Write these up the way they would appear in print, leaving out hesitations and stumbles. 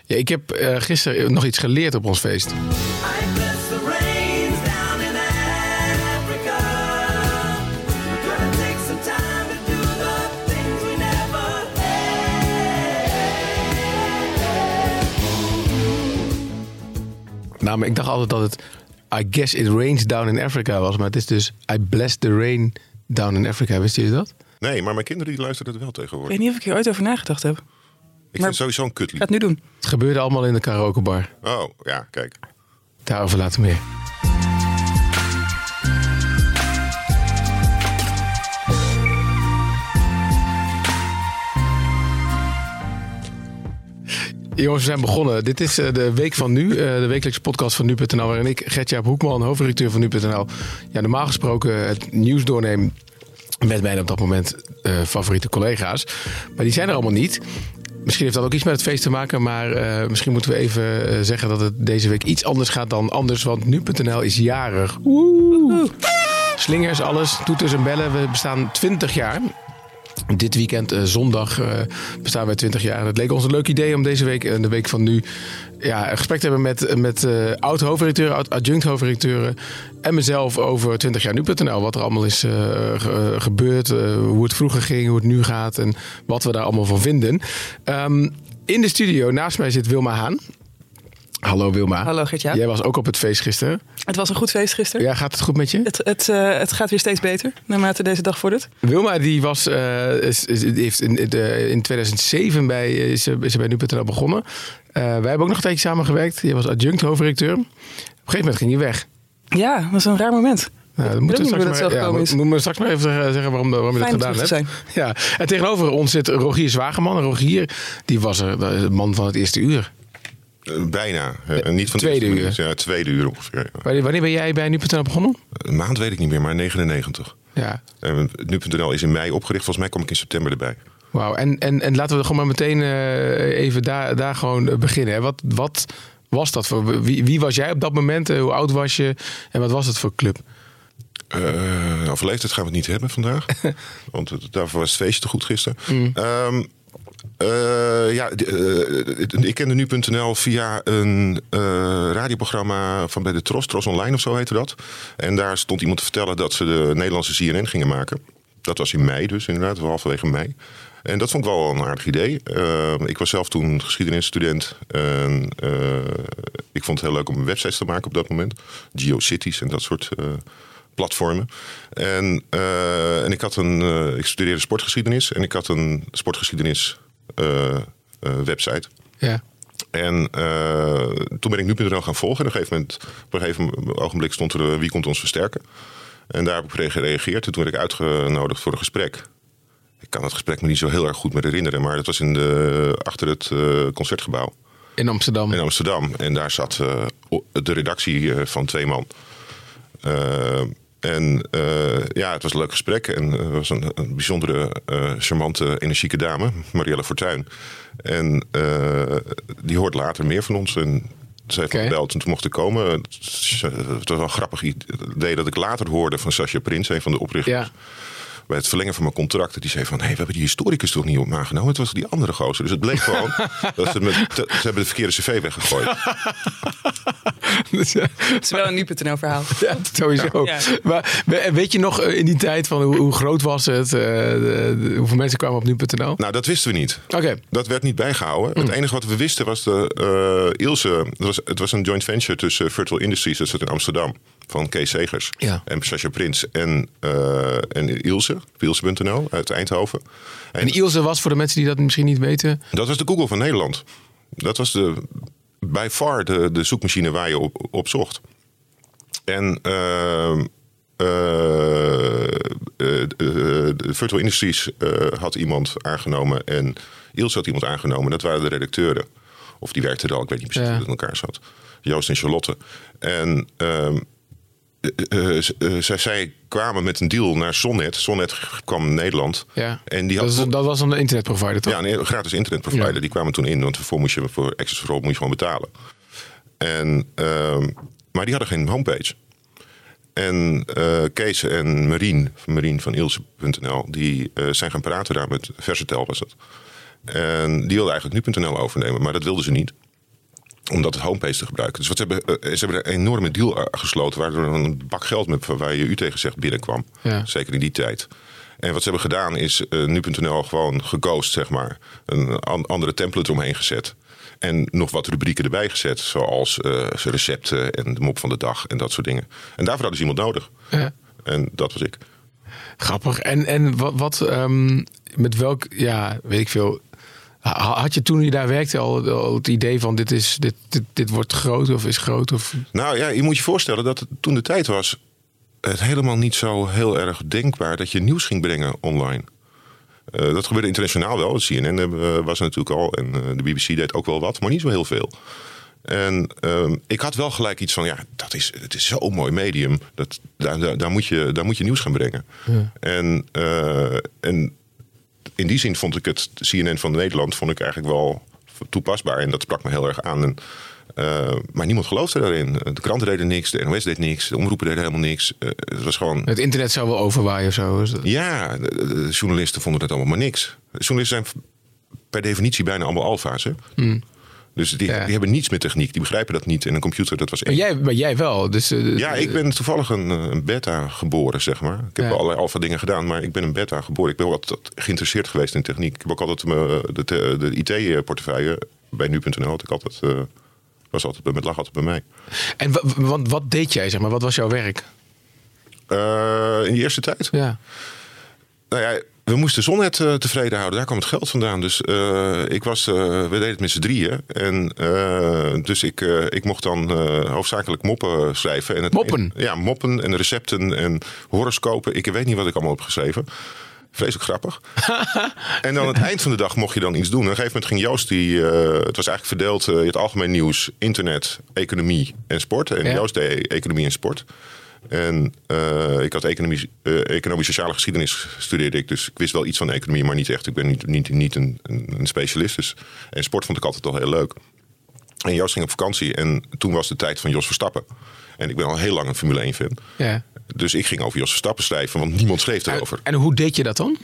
Ja, ik heb gisteren nog iets geleerd op ons feest. Nou, maar ik dacht altijd dat het I guess it rains down in Africa was. Maar het is dus I bless the rain down in Africa. Wisten jullie dat? Nee, maar mijn kinderen die luisteren het wel tegenwoordig. Ik weet niet of ik hier ooit over nagedacht heb. Ik vind het sowieso een kutlied. Ga het nu doen. Het gebeurde allemaal in de karaokebar. Oh, ja, kijk. Daarover later meer. Jongens, we zijn begonnen. Dit is de Week van Nu, de wekelijkse podcast van Nu.nl... waarin ik, Gert-Jaap Hoekman, hoofdredacteur van Nu.nl... normaal gesproken het nieuws doorneem met mijn op dat moment favoriete collega's. Maar die zijn er allemaal niet. Misschien heeft dat ook iets met het feest te maken... maar misschien moeten we even zeggen dat het deze week iets anders gaat dan anders... want Nu.nl is jarig. Woe! Slingers, alles, toeters en bellen. We bestaan 20 jaar... Dit weekend, zondag, bestaan wij 20 jaar. Het leek ons een leuk idee om deze week, de Week van Nu... een gesprek te hebben met oud-hoofdredacteuren, oud-adjunct-hoofdredacteuren... en mezelf over 20 jaar Nu.nl. Wat er allemaal is gebeurd, hoe het vroeger ging, hoe het nu gaat... en wat we daar allemaal van vinden. In de studio naast mij zit Wilma Haan. Hallo Wilma. Hallo Gert-Jaap. Jij was ook op het feest gisteren. Het was een goed feest gisteren. Ja, gaat het goed met je? Het gaat weer steeds beter, naarmate deze dag vordert. Wilma die heeft in 2007 is ze bij Nu.nl begonnen. Wij hebben ook nog een tijdje samengewerkt. Je was adjunct hoofdredacteur. Op een gegeven moment ging je weg. Ja, dat was een raar moment. Nou, dan moeten we straks maar even zeggen waarom je dat gedaan hebt. Ja. En tegenover ons zit Rogier Zwageman. En Rogier die was de man van het eerste uur. Bijna. Niet van tweede uur. Ja, tweede uur ongeveer. Ja. Wanneer ben jij bij Nu.nl begonnen? Een maand weet ik niet meer, maar 99. Ja. Nu.nl is in mei opgericht. Volgens mij kom ik in september erbij. Wauw. En laten we gewoon maar meteen even daar gewoon beginnen. Hè. Wat was dat voor? Wie was jij op dat moment? Hoe oud was je? En wat was het voor club? Over leeftijd gaan we het niet hebben vandaag. Want daarvoor was het feestje te goed gisteren. Ik kende Nu.nl via een radioprogramma van bij de Tros Online of zo heette dat. En daar stond iemand te vertellen dat ze de Nederlandse CNN gingen maken. Dat was in mei dus inderdaad, halverwege mei. En dat vond ik wel een aardig idee. Ik was zelf toen geschiedenisstudent. En ik vond het heel leuk om websites te maken op dat moment. GeoCities en dat soort platformen. En ik studeerde sportgeschiedenis. En ik had een sportgeschiedenis website. Ja. En toen ben ik Nu.nl gaan volgen. En op een gegeven ogenblik stond er wie komt ons versterken. En daar heb ik op gereageerd. En toen werd ik uitgenodigd voor een gesprek. Ik kan het gesprek me niet zo heel erg goed meer herinneren. Maar dat was achter het Concertgebouw. In Amsterdam. In Amsterdam. En daar zat de redactie van 2 man. Het was een leuk gesprek. En er was een bijzondere, charmante, energieke dame. Marielle Fortuyn. En die hoort later meer van ons. En ze heeft me gebeld en toen mocht ik komen. Het was wel een grappig idee dat ik later hoorde van Sascha Prins, een van de oprichters. Ja. Bij het verlengen van mijn contract. Die zei van, we hebben die historicus toch niet op aangenomen. Het was die andere gozer. Dus het bleek gewoon dat ze hebben de verkeerde cv weggegooid. Het is wel een Nu.nl verhaal. Ja, sowieso. Ja. Maar weet je nog in die tijd van hoe groot was het? Hoeveel mensen kwamen op Nu.nl? Nou, dat wisten we niet. Okay. Dat werd niet bijgehouden. Het enige wat we wisten was Ilse. Het was een joint venture tussen Virtual Industries, dat zat in Amsterdam, van Kees Segers en Sascha Prins en Ilse, Ilse.nl uit Eindhoven. En Ilse was, voor de mensen die dat misschien niet weten, dat was de Google van Nederland. Dat was by far de zoekmachine waar je op zocht. En Virtual Industries had iemand aangenomen en Ilse had iemand aangenomen. Dat waren de redacteuren. Of die werkten er al, ik weet niet precies hoe het in elkaar zat. Joost en Charlotte. En zij kwamen met een deal naar Sonnet. Sonnet kwam in Nederland. Ja. En dat was een internetprovider, toch? Ja, een gratis internetprovider. Ja. Die kwamen toen in, want voor Access for All moet je gewoon betalen. Maar die hadden geen homepage. En Kees en Marien van Ilse.nl, die zijn gaan praten daar met Versatel was het. En die wilden eigenlijk Nu.nl overnemen, maar dat wilden ze niet. om dat homepage te gebruiken. Dus ze hebben een enorme deal gesloten, waardoor er een bak geld met, waar je u tegen zegt, binnenkwam. Ja. Zeker in die tijd. En wat ze hebben gedaan is nu.nl gewoon geghost, zeg maar. Een andere template eromheen gezet. En nog wat rubrieken erbij gezet. Zoals recepten en de mop van de dag en dat soort dingen. En daarvoor hadden ze iemand nodig. Ja. En dat was ik. Grappig. En wat met welk, weet ik veel. Had je toen je daar werkte al het idee van dit wordt groot of is groot? Of... Nou ja, je moet je voorstellen dat het toen de tijd was het helemaal niet zo heel erg denkbaar dat je nieuws ging brengen online. Dat gebeurde internationaal wel. De CNN was er natuurlijk al en de BBC deed ook wel wat, maar niet zo heel veel. En ik had wel gelijk iets van, het is zo'n mooi medium. Daar moet je nieuws gaan brengen. Ja. En in die zin vond ik het CNN van Nederland eigenlijk wel toepasbaar. En dat sprak me heel erg aan. Maar niemand geloofde daarin. De kranten deden niks, de NOS deed niks, de omroepen deden helemaal niks. Het was gewoon... Het internet zou wel overwaaien of zo? Ja, de journalisten vonden het allemaal maar niks. De journalisten zijn per definitie bijna allemaal alfa's. Hè? Mm. Dus die hebben niets met techniek. Die begrijpen dat niet. En een computer, dat was echt... Maar jij wel. Dus, ik ben toevallig een beta geboren, zeg maar. Ik heb wel allerlei alfa dingen gedaan, maar ik ben een beta geboren. Ik ben wel altijd geïnteresseerd geweest in techniek. Ik heb ook altijd de IT-portefeuille bij nu.nl. Lag altijd bij mij. En wat deed jij, zeg maar? Wat was jouw werk? In die eerste tijd? Ja. Nou ja, we moesten Zonnet tevreden houden. Daar kwam het geld vandaan. Dus we deden het met z'n drieën. En dus ik mocht dan hoofdzakelijk moppen schrijven. En moppen? Moppen en recepten en horoscopen. Ik weet niet wat ik allemaal heb geschreven. Vreselijk grappig. En dan aan het eind van de dag mocht je dan iets doen. En op een gegeven moment ging Joost, het was eigenlijk verdeeld, je had algemeen nieuws, internet, economie en sport. En Joost deed economie en sport. En ik had economisch-sociale geschiedenis studeerde ik. Dus ik wist wel iets van economie, maar niet echt. Ik ben niet een specialist. Dus. En sport vond ik altijd al heel leuk. En Joost ging op vakantie. En toen was de tijd van Jos Verstappen. En ik ben al heel lang een Formule 1 fan. Ja. Dus ik ging over Jos Verstappen schrijven, want niemand schreef erover. En hoe deed je dat dan?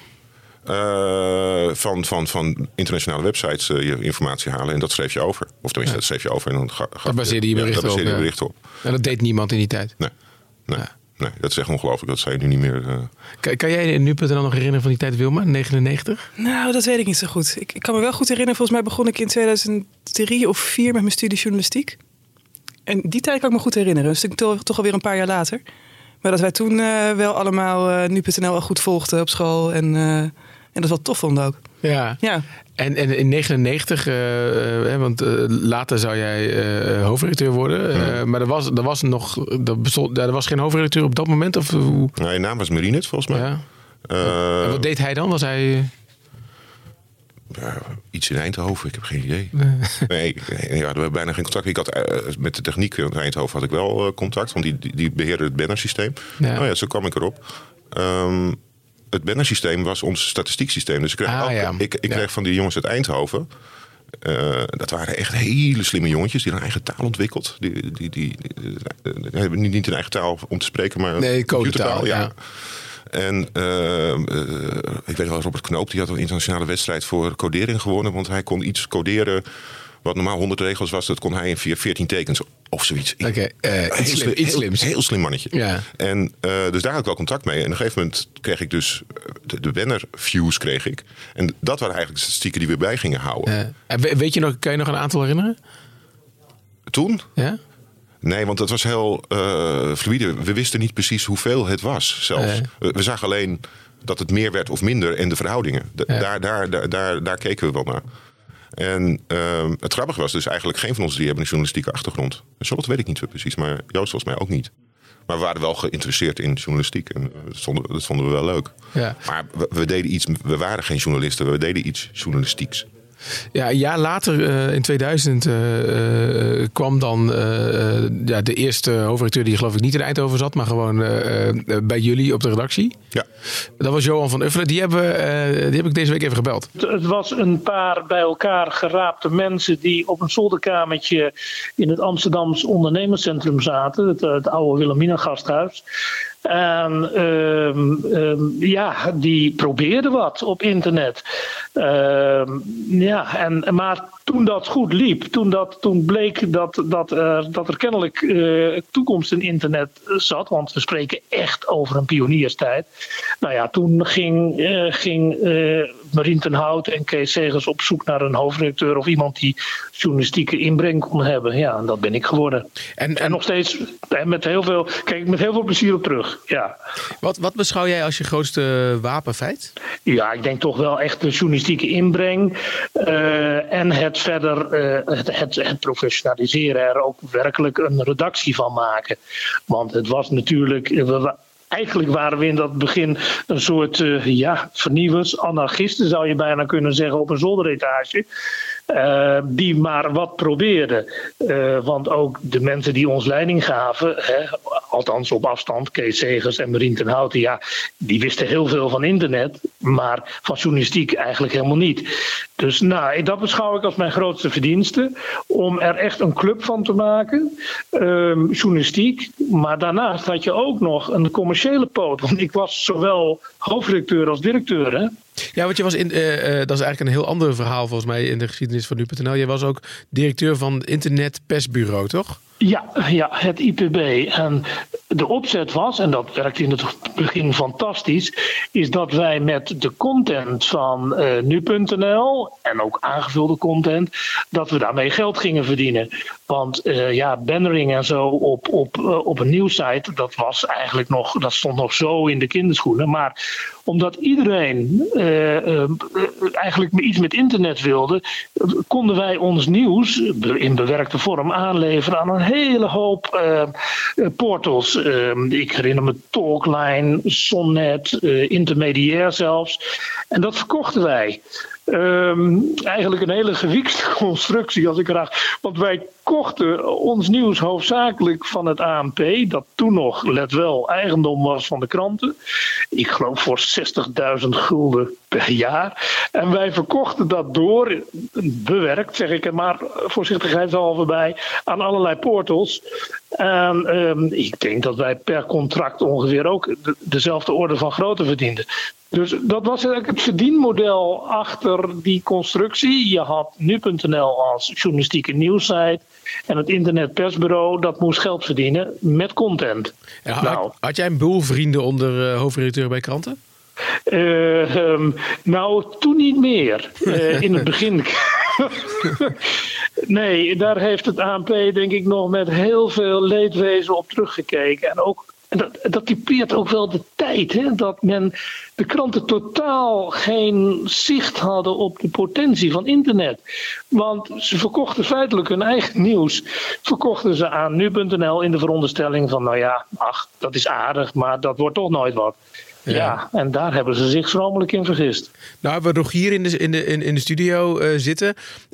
Van internationale websites je informatie halen en dat schreef je over. Of tenminste, dat schreef je over en dan daar baseerde je berichten op. En dat deed niemand in die tijd? Nee, dat is echt ongelooflijk. Dat zou je nu niet meer... Kan jij nu.nl nog herinneren van die tijd, Wilma? 99? Nou, dat weet ik niet zo goed. Ik kan me wel goed herinneren. Volgens mij begon ik in 2003 of 2004 met mijn studie journalistiek. En die tijd kan ik me goed herinneren. Dus toch alweer een paar jaar later. Maar dat wij toen wel allemaal nu.nl al goed volgden op school. En dat wel tof vonden ook. Ja. En in 99, want later zou jij hoofdredacteur worden. Maar er was geen hoofdredacteur op dat moment? Of hoe? Nou, je naam was Marinet, volgens mij. Ja. En wat deed hij dan? Was hij... iets in Eindhoven, ik heb geen idee. Nee, we hadden bijna geen contact. Ik had met de techniek in Eindhoven had ik wel contact, want die beheerde het bannersysteem. Ja. Zo kwam ik erop. Het bannersysteem was ons statistieksysteem. Dus ik kreeg van die jongens uit Eindhoven. Dat waren echt hele slimme jongetjes die een eigen taal ontwikkeld. Die hebben niet een eigen taal om te spreken, maar codetaal. Ja. En ik weet wel, Robert Knoop die had een internationale wedstrijd voor codering gewonnen. Want hij kon iets coderen wat normaal 100 regels was. Dat kon hij in 14 tekens of zoiets. Iets slims. Heel slim mannetje. Ja. En dus daar had ik wel contact mee. En op een gegeven moment kreeg ik dus de banner views kreeg ik. En dat waren eigenlijk de statistieken die we bij gingen houden. En kan je nog een aantal herinneren? Toen? Ja. Nee, want het was heel fluïde. We wisten niet precies hoeveel het was zelfs. We zagen alleen dat het meer werd of minder en de verhoudingen. Daar keken we wel naar. En het grappige was dus eigenlijk geen van ons drie hebben een journalistieke achtergrond. Charlotte weet ik niet zo precies, maar Joost volgens mij ook niet. Maar we waren wel geïnteresseerd in journalistiek en dat vonden we wel leuk. Ja. Maar we waren geen journalisten, we deden iets journalistieks. Ja, een jaar later, in 2000, kwam dan de eerste hoofdredacteur die geloof ik niet in Eindhoven zat, maar gewoon bij jullie op de redactie. Ja. Dat was Johan van Uffelen. Die heb ik deze week even gebeld. Het was een paar bij elkaar geraapte mensen die op een zolderkamertje in het Amsterdams ondernemerscentrum zaten. Het oude Wilhelmina gasthuis. En die probeerden wat op internet. Maar toen dat goed liep, toen bleek dat er kennelijk toekomst in internet zat, want we spreken echt over een pionierstijd. Nou ja, toen ging Marien ten Hout en Kees Segers op zoek naar een hoofdredacteur of iemand die journalistieke inbreng kon hebben. Ja, en dat ben ik geworden. En nog steeds met heel veel plezier op terug. Ja. Wat beschouw jij als je grootste wapenfeit? Ja, ik denk toch wel echt de journalistieke inbreng en het verder het professionaliseren, er ook werkelijk een redactie van maken. Want het was natuurlijk... Eigenlijk waren we in dat begin een soort vernieuwers, anarchisten zou je bijna kunnen zeggen, op een zolderetage. Die maar wat probeerden. Want ook de mensen die ons leiding gaven, althans op afstand, Kees Segers en Marien ten Houten, die wisten heel veel van internet, maar van journalistiek eigenlijk helemaal niet. Dus dat beschouw ik als mijn grootste verdienste, om er echt een club van te maken, journalistiek. Maar daarnaast had je ook nog een commerciële poot, want ik was zowel hoofdredacteur als directeur, hè. Ja, want je was dat is eigenlijk een heel ander verhaal volgens mij in de geschiedenis van nu.nl. Je was ook directeur van het Internet Persbureau, toch? Ja, het IPB. En de opzet was, en dat werkte in het begin fantastisch, is dat wij met de content van nu.nl en ook aangevulde content, dat we daarmee geld gingen verdienen. Want bannering en zo op een nieuwssite, dat stond nog zo in de kinderschoenen. Maar omdat iedereen eigenlijk iets met internet wilde, konden wij ons nieuws in bewerkte vorm aanleveren aan een hele hoop portals. Ik herinner me Talkline, Sonnet, Intermediair zelfs. En dat verkochten wij. Eigenlijk een hele gewiekste constructie als ik graag. Want wij kochten ons nieuws hoofdzakelijk van het ANP, dat toen nog, let wel, eigendom was van de kranten. Ik geloof voor 60.000 gulden per jaar. En wij verkochten dat door, bewerkt zeg ik er maar voorzichtigheidshalve bij, aan allerlei portals. En ik denk dat wij per contract ongeveer ook dezelfde orde van grootte verdienden. Dus dat was eigenlijk het verdienmodel achter die constructie. Je had nu.nl als journalistieke nieuwssite en het Internet Persbureau, dat moest geld verdienen met content. Ja, had jij een boel vrienden onder hoofdredacteur bij kranten? Toen niet meer. In het begin. Nee, daar heeft het ANP denk ik nog met heel veel leedwezen op teruggekeken. En ook dat typeert ook wel de tijd, hè? Dat de kranten totaal geen zicht hadden op de potentie van internet. Want ze verkochten feitelijk hun eigen nieuws. Verkochten ze aan nu.nl in de veronderstelling van, dat is aardig, maar dat wordt toch nooit wat. Ja, en daar hebben ze zich schromelijk in vergist. Nou, we nog hier in de studio zitten.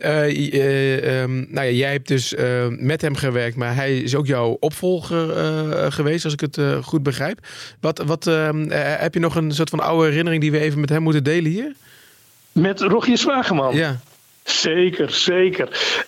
Jij hebt dus met hem gewerkt, maar hij is ook jouw opvolger geweest, als ik het goed begrijp. Heb je nog een soort van oude herinnering die we even met hem moeten delen hier? Met Rogier Zwageman? Ja. Zeker.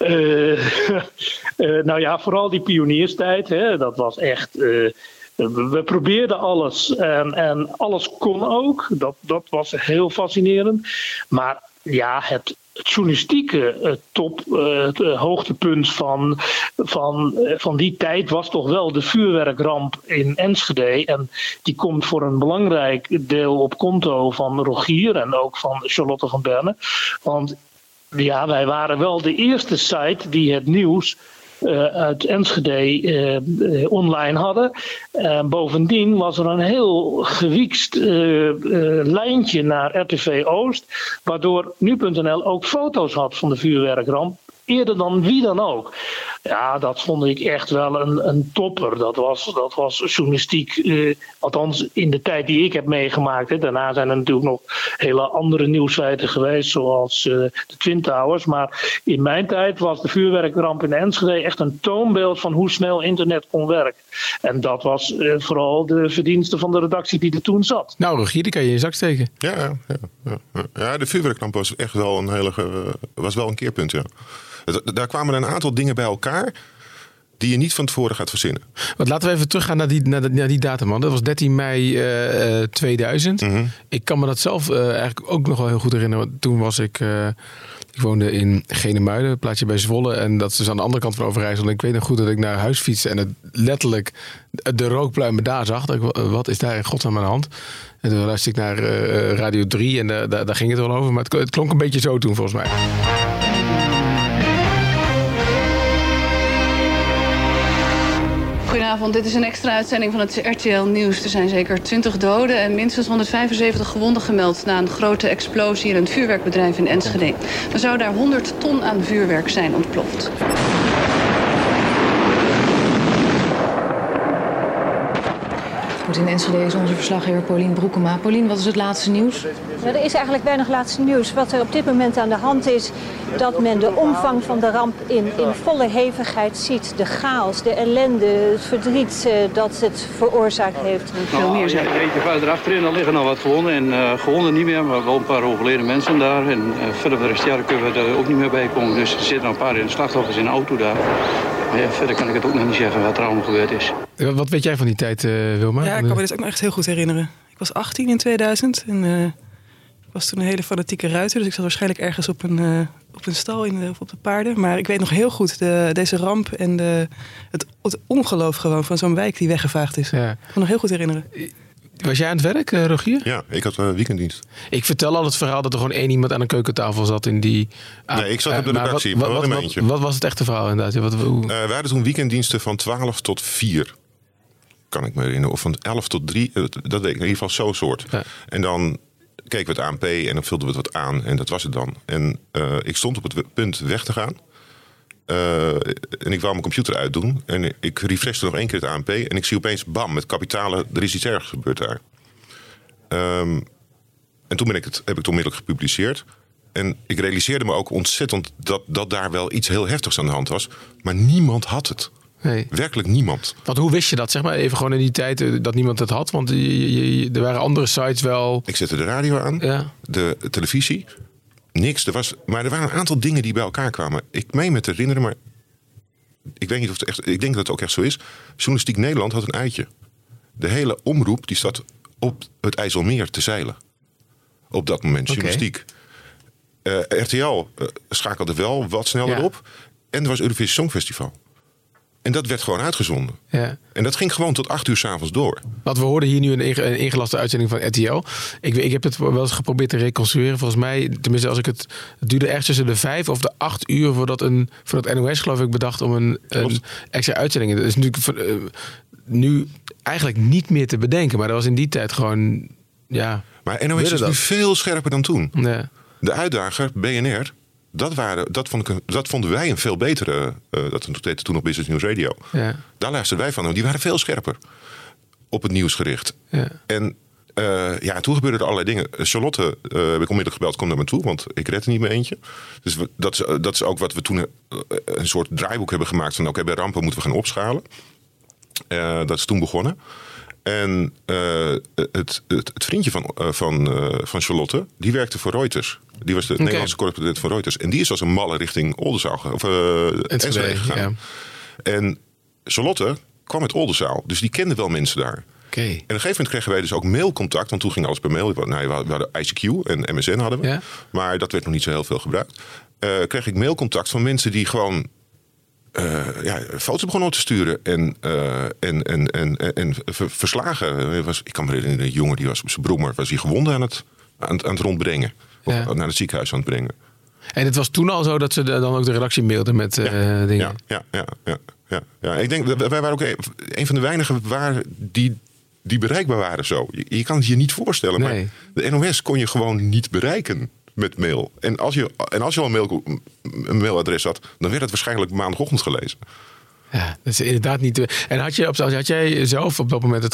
Vooral die pionierstijd, hè, dat was echt... We probeerden alles en alles kon ook. Dat was heel fascinerend. Maar het journalistieke het hoogtepunt van die tijd was toch wel de vuurwerkramp in Enschede. En die komt voor een belangrijk deel op konto van Rogier en ook van Charlotte van Berne. Want wij waren wel de eerste site die het nieuws uit Enschede online hadden. Bovendien was er een heel gewiekst lijntje naar RTV Oost, waardoor nu.nl ook foto's had van de vuurwerkramp, eerder dan wie dan ook. Ja, dat vond ik echt wel een topper. Dat was journalistiek, althans in de tijd die ik heb meegemaakt. Hè. Daarna zijn er natuurlijk nog hele andere nieuwsfeiten geweest, zoals de Twin Towers. Maar in mijn tijd was de vuurwerkramp in Enschede echt een toonbeeld van hoe snel internet kon werken. En dat was vooral de verdienste van de redactie die er toen zat. Nou, Rogier, die kan je in je zak steken. Ja, de vuurwerkramp was echt wel een keerpunt, ja. Daar kwamen een aantal dingen bij elkaar die je niet van tevoren gaat verzinnen. Want laten we even teruggaan naar die datum, man. Dat was 13 mei 2000. Mm-hmm. Ik kan me dat zelf eigenlijk ook nog wel heel goed herinneren. Want toen was ik woonde in Genemuiden, een plaatsje bij Zwolle. En dat is dus aan de andere kant van Overijssel. En ik weet nog goed dat ik naar huis fietste en het letterlijk de rookpluimen daar zag. Wat is daar in godsnaam aan de hand? En toen luisterde ik naar Radio 3 en daar ging het wel over. Maar het klonk een beetje zo toen, volgens mij. Goedenavond, dit is een extra uitzending van het RTL Nieuws. Er zijn zeker 20 doden en minstens 175 gewonden gemeld na een grote explosie in een vuurwerkbedrijf in Enschede. Er zou daar 100 ton aan vuurwerk zijn ontploft. Goed, in Enschede is onze verslaggever Paulien Broekema. Paulien, wat is het laatste nieuws? Ja, er is eigenlijk weinig laatste nieuws. Wat er op dit moment aan de hand is, dat men de omvang van de ramp in volle hevigheid ziet. De chaos, de ellende, het verdriet dat het veroorzaakt heeft. Veel meer zijn. Eentje verder achterin, daar liggen nog wat gewonden. En gewonden niet meer, maar wel een paar overleden mensen daar. En verder de rest, daar kunnen we er ook niet meer bij komen. Dus er zitten nog een paar in de slachtoffers in de auto daar. Maar ja, verder kan ik het ook nog niet zeggen wat er allemaal gebeurd is. Wat weet jij van die tijd, Wilma? Ja, ik kan me dit ook nog echt heel goed herinneren. Ik was 18 in 2000 en ik was toen een hele fanatieke ruiter. Dus ik zat waarschijnlijk ergens op een stal of op de paarden. Maar ik weet nog heel goed deze ramp en het ongeloof gewoon van zo'n wijk die weggevaagd is. Ja. Ik kan me nog heel goed herinneren. Was jij aan het werk, Rogier? Ja, ik had weekenddienst. Ik vertel al het verhaal dat er gewoon één iemand aan een keukentafel zat in die... Nee, ik zat op de redactie, maar wel in mijn eentje. Wat was het echte verhaal inderdaad? We hadden toen weekenddiensten van 12 tot 4. Kan ik me herinneren. Of van 11 tot 3. Dat weet ik in ieder geval zo'n soort. Ja. En dan keken we het ANP en dan vulden we het wat aan. En dat was het dan. En ik stond op het punt weg te gaan. En ik wou mijn computer uitdoen. En ik refreshte nog 1 keer het ANP. En ik zie opeens, bam, met kapitalen, er is iets ergs gebeurd daar. En toen heb ik het onmiddellijk gepubliceerd. En ik realiseerde me ook ontzettend dat daar wel iets heel heftigs aan de hand was. Maar niemand had het. Nee. Werkelijk niemand. Want hoe wist je dat, zeg maar, even gewoon in die tijd dat niemand het had? Want er waren andere sites wel... Ik zette de radio aan, de televisie, niks. Maar er waren een aantal dingen die bij elkaar kwamen. Ik meen me te herinneren, maar ik weet niet of het echt... Ik denk dat het ook echt zo is. Journalistiek Nederland had een uitje. De hele omroep die staat op het IJsselmeer te zeilen. Op dat moment, journalistiek. RTL schakelde wel wat sneller op. En er was Eurovisie Songfestival. En dat werd gewoon uitgezonden. Ja. En dat ging gewoon tot 8 uur 's avonds door. Want we hoorden hier nu een ingelaste uitzending van RTL. Ik heb het wel eens geprobeerd te reconstrueren. Volgens mij, tenminste als ik het duurde echt tussen de 5 of de 8 uur voordat NOS geloof ik bedacht om een extra uitzending. Dat is natuurlijk nu eigenlijk niet meer te bedenken. Maar dat was in die tijd gewoon... Ja, maar NOS is nu veel scherper dan toen. Ja. De uitdager, BNR... Dat vonden wij een veel betere... dat heette toen nog Business News Radio. Ja. Daar luisterden wij van. Die waren veel scherper op het nieuws gericht. Ja. En toen gebeurden er allerlei dingen. Charlotte heb ik onmiddellijk gebeld, kom naar me toe. Want ik red er niet meer eentje. Dus dat is ook wat we toen een soort draaiboek hebben gemaakt. Van oké, bij rampen moeten we gaan opschalen. Dat is toen begonnen. En het vriendje van Charlotte, die werkte voor Reuters. Die was de Nederlandse correspondent van Reuters. En die is als een malle richting Oldenzaal Enschede gegaan. Ja. En Charlotte kwam uit Oldenzaal. Dus die kende wel mensen daar. Okay. En op een gegeven moment kregen wij dus ook mailcontact. Want toen ging alles per mail. We hadden ICQ en MSN hadden we. Ja. Maar dat werd nog niet zo heel veel gebruikt. Kreeg ik mailcontact van mensen die gewoon... foto's begonnen te sturen en verslagen. Ik kan me herinneren, een jongen die was op zijn brommer, was hij gewonden aan het rondbrengen. Of naar het ziekenhuis aan het brengen. En het was toen al zo dat ze dan ook de redactie mailden met dingen? Ja. Ik denk, wij waren ook een van de weinigen die bereikbaar waren zo. Je kan het je niet voorstellen, maar de NOS kon je gewoon niet bereiken met mail. En als je al een mailadres had, dan werd het waarschijnlijk maandagochtend gelezen. Ja, dat is inderdaad niet... En had jij zelf op dat moment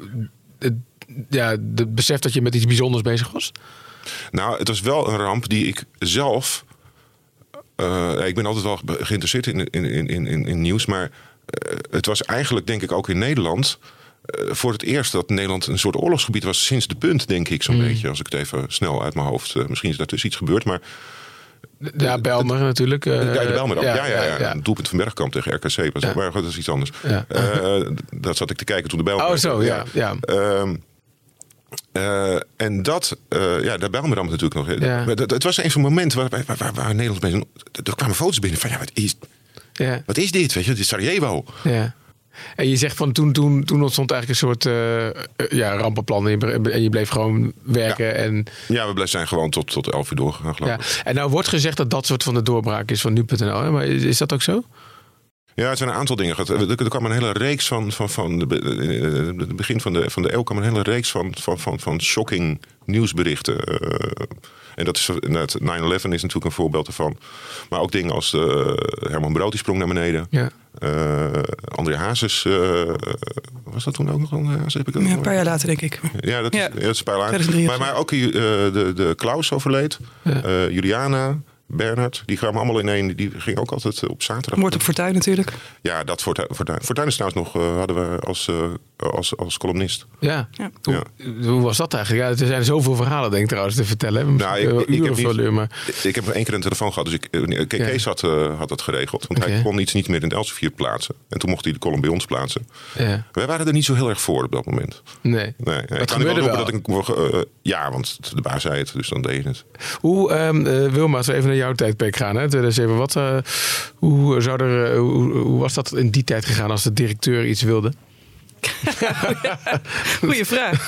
het besef dat je met iets bijzonders bezig was? Nou, het was wel een ramp die ik zelf... ik ben altijd wel geïnteresseerd in nieuws, maar het was eigenlijk, denk ik, ook in Nederland... voor het eerst dat Nederland een soort oorlogsgebied was sinds de Punt, denk ik zo'n beetje. Als ik het even snel uit mijn hoofd... misschien is daartussen iets gebeurd, maar Ja, Bijlmer natuurlijk. De Bijlmer dan. Ja. Een doelpunt van Bergkamp tegen RKC. Maar dat is iets anders. Ja. Dat zat ik te kijken toen de Bijlmer... Oh, zo, ja. En dat... daar Bijlmer dan natuurlijk nog. Ja. Het was een van de momenten waar Nederlands mensen... Er kwamen foto's binnen van... Wat is dit? Weet je, dit is Sarajevo. Ja. En je zegt van toen ontstond eigenlijk een soort rampenplan. En je bleef gewoon werken. Ja, en... we zijn gewoon tot 11 uur doorgegaan, geloof ik. En nou wordt gezegd dat soort van de doorbraak is van nu.nl. Maar is dat ook zo? Ja, het zijn een aantal dingen. Er kwam een hele reeks van het begin van de eeuw kwam een hele reeks van shocking nieuwsberichten. En dat is 9/11 is natuurlijk een voorbeeld ervan. Maar ook dingen als Herman Brood die sprong naar beneden. Ja. André Hazes, was dat toen ook nog André Hazes? Een paar jaar later, denk ik. Ja, dat is een paar jaar later. Maar ook de Klaus overleed. Ja. Juliana, Bernhard, die kwamen allemaal ineen. Die ging ook altijd op zaterdag. Moord op Fortuyn natuurlijk. Ja, dat Fortuyn is trouwens nog hadden we als columnist. Ja. Hoe was dat eigenlijk? Ja, er zijn zoveel verhalen denk ik trouwens te vertellen. Ik heb 1 keer een telefoon gehad. Dus Kees had dat geregeld. Want hij kon iets niet meer in het Elsevier plaatsen. En toen mocht hij de column bij ons plaatsen. Ja. Wij waren er niet zo heel erg voor op dat moment. Nee. Ik kan niet wel roepen want de baas zei het. Dus dan deed je het. Wilma, als we even naar jouw tijdperk gaan. Hè? 2007. Hoe was dat in die tijd gegaan als de directeur iets wilde? Goeie vraag.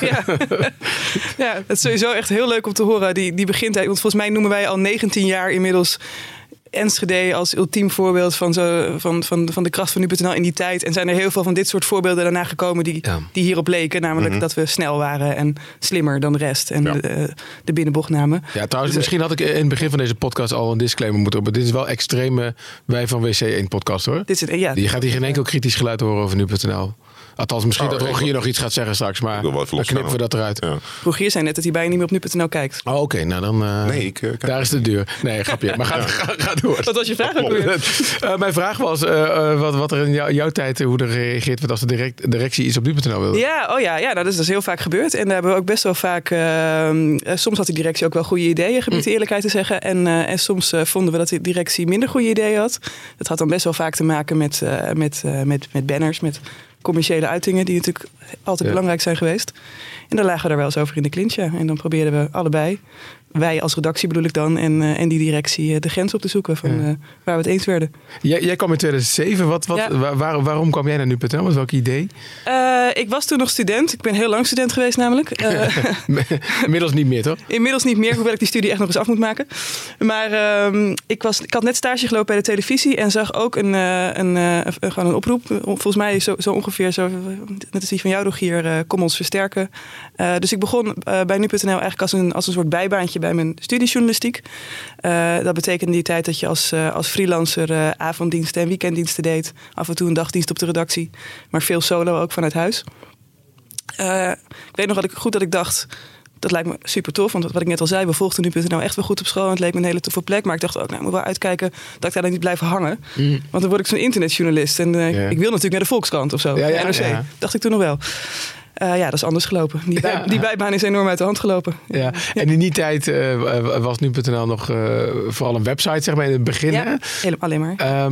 Ja, het is sowieso echt heel leuk om te horen. Die begintijd. Want volgens mij noemen wij al 19 jaar inmiddels Enschede als ultiem voorbeeld van de kracht van nu.nl in die tijd. En zijn er heel veel van dit soort voorbeelden daarna gekomen die hierop leken. Namelijk dat we snel waren en slimmer dan de rest. En de binnenbocht namen. Ja, trouwens, misschien had ik in het begin van deze podcast al een disclaimer moeten op. Dit is wel extreme Wij van WC1 podcast hoor. Je gaat hier geen enkel kritisch geluid horen over nu.nl. Althans, misschien dat Rogier nog iets gaat zeggen straks, maar dan knippen we dat eruit. Ja. Rogier zei net dat hij bijna niet meer op nu.nl kijkt. Oh, oké. Nou dan... daar is de deur. Nee, grapje. Maar ga door. Wat was je vraag ook weer? Mijn vraag was wat er in jouw tijd, hoe er gereageerd werd als de directie iets op nu.nl wilde. Nou, dat is heel vaak gebeurd. En daar hebben we ook best wel vaak... soms had die directie ook wel goede ideeën, gebied de eerlijkheid te zeggen. En soms vonden we dat de directie minder goede ideeën had. Dat had dan best wel vaak te maken met banners, met commerciële uitingen die natuurlijk altijd belangrijk zijn geweest. En daar lagen we daar wel eens over in de clinch. Ja. En dan probeerden we allebei, wij als redactie bedoel ik dan, en die directie de grens op te zoeken van waar we het eens werden. Jij kwam in 2007. Waarom kwam jij naar nu.nl? Met welk idee? Ik was toen nog student. Ik ben heel lang student geweest namelijk. Inmiddels niet meer, toch? Inmiddels niet meer, hoewel ik die studie echt nog eens af moet maken. Maar ik had net stage gelopen bij de televisie en zag ook gewoon een oproep. Volgens mij zo ongeveer, net als die van jou, Rogier, kom ons versterken. Dus ik begon bij nu.nl eigenlijk als een soort bijbaantje bij mijn studiejournalistiek. Dat betekende die tijd dat je als freelancer avonddiensten en weekenddiensten deed. Af en toe een dagdienst op de redactie. Maar veel solo ook vanuit huis. Ik weet nog dat ik dacht, dat lijkt me super tof. Want wat ik net al zei, we volgden nu.nl echt wel goed op school. En het leek me een hele toffe plek. Maar ik dacht ook, ik moet wel uitkijken dat ik daar dan niet blijf hangen. Want dan word ik zo'n internetjournalist. En ik wil natuurlijk naar de Volkskrant of zo. NRC. Ja. Dacht ik toen nog wel. Dat is anders gelopen. Die bijbaan is enorm uit de hand gelopen. Ja. En in die tijd was nu.nl nog vooral een website, zeg maar, in het begin. Ja, alleen maar.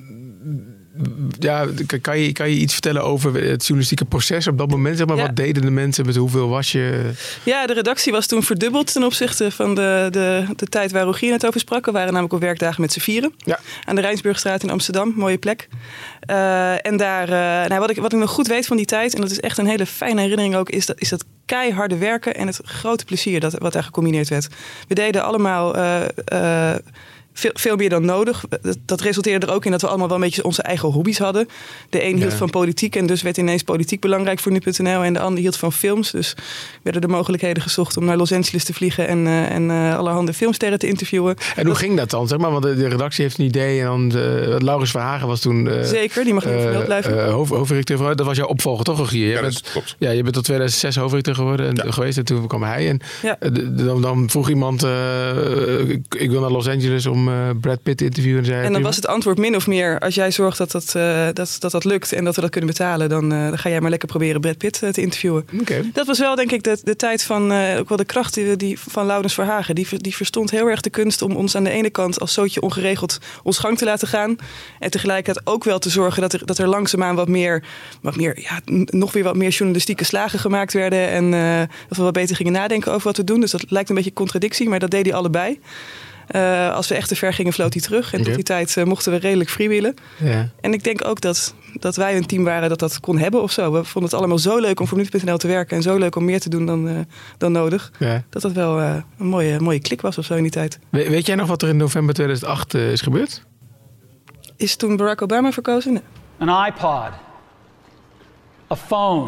Kan je iets vertellen over het journalistieke proces op dat moment? Zeg maar, wat deden de mensen? Met hoeveel was je? Ja, de redactie was toen verdubbeld ten opzichte van de tijd waar Rogier net over sprak. We waren namelijk op werkdagen met z'n vieren. Ja. Aan de Rijnsburgstraat in Amsterdam. Mooie plek. En daar, wat ik nog goed weet van die tijd, en dat is echt een hele fijne herinnering ook, is dat keiharde werken en het grote plezier wat daar gecombineerd werd. We deden allemaal veel meer dan nodig. Dat resulteerde er ook in dat we allemaal wel een beetje onze eigen hobby's hadden. De een hield van politiek en dus werd ineens politiek belangrijk voor nu.nl. En de ander hield van films. Dus werden er mogelijkheden gezocht om naar Los Angeles te vliegen en allerhande filmsterren te interviewen. En hoe ging dat dan? Zeg maar, want de redactie heeft een idee. En dan Laurens Verhagen was toen... Zeker, die mag niet vermeld blijven. Hoofdredacteur. Dat was jouw opvolger toch, Rogier? Ja, dat klopt. Ja, je bent tot 2006 hoofdredacteur geworden geweest. En toen kwam hij. En dan vroeg iemand, ik wil naar Los Angeles om om Brad Pitt te interviewen. En, zei, en dan was het antwoord min of meer... als jij zorgt dat lukt en dat we dat kunnen betalen... dan ga jij maar lekker proberen Brad Pitt te interviewen. Okay. Dat was wel denk ik de tijd van... ook wel de kracht van Laurens Verhagen. Die verstond heel erg de kunst om ons aan de ene kant... als zootje ongeregeld ons gang te laten gaan. En tegelijkertijd ook wel te zorgen dat er langzaamaan nog weer wat meer journalistieke slagen gemaakt werden. En dat we wat beter gingen nadenken over wat we doen. Dus dat lijkt een beetje contradictie, maar dat deed hij allebei. Als we echt te ver gingen, floot hij terug. En tot die tijd mochten we redelijk freewheelen. Ja. En ik denk ook dat wij een team waren dat kon hebben of zo. We vonden het allemaal zo leuk om voor nu.nl te werken. En zo leuk om meer te doen dan nodig. Ja. Dat wel een mooie klik was of zo in die tijd. Weet jij nog wat er in november 2008 is gebeurd? Is toen Barack Obama verkozen? Nee. An iPod. A phone.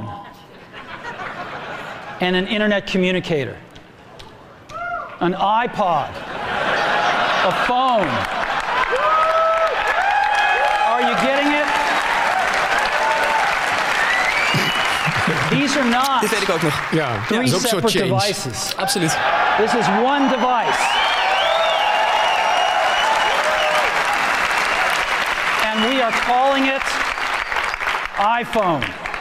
And an internet communicator. An iPod. A phone. Are you getting it? These are not. Dit weet ik ook nog. Ja, three separate devices. Absoluut. This is one device. And we are calling it iPhone.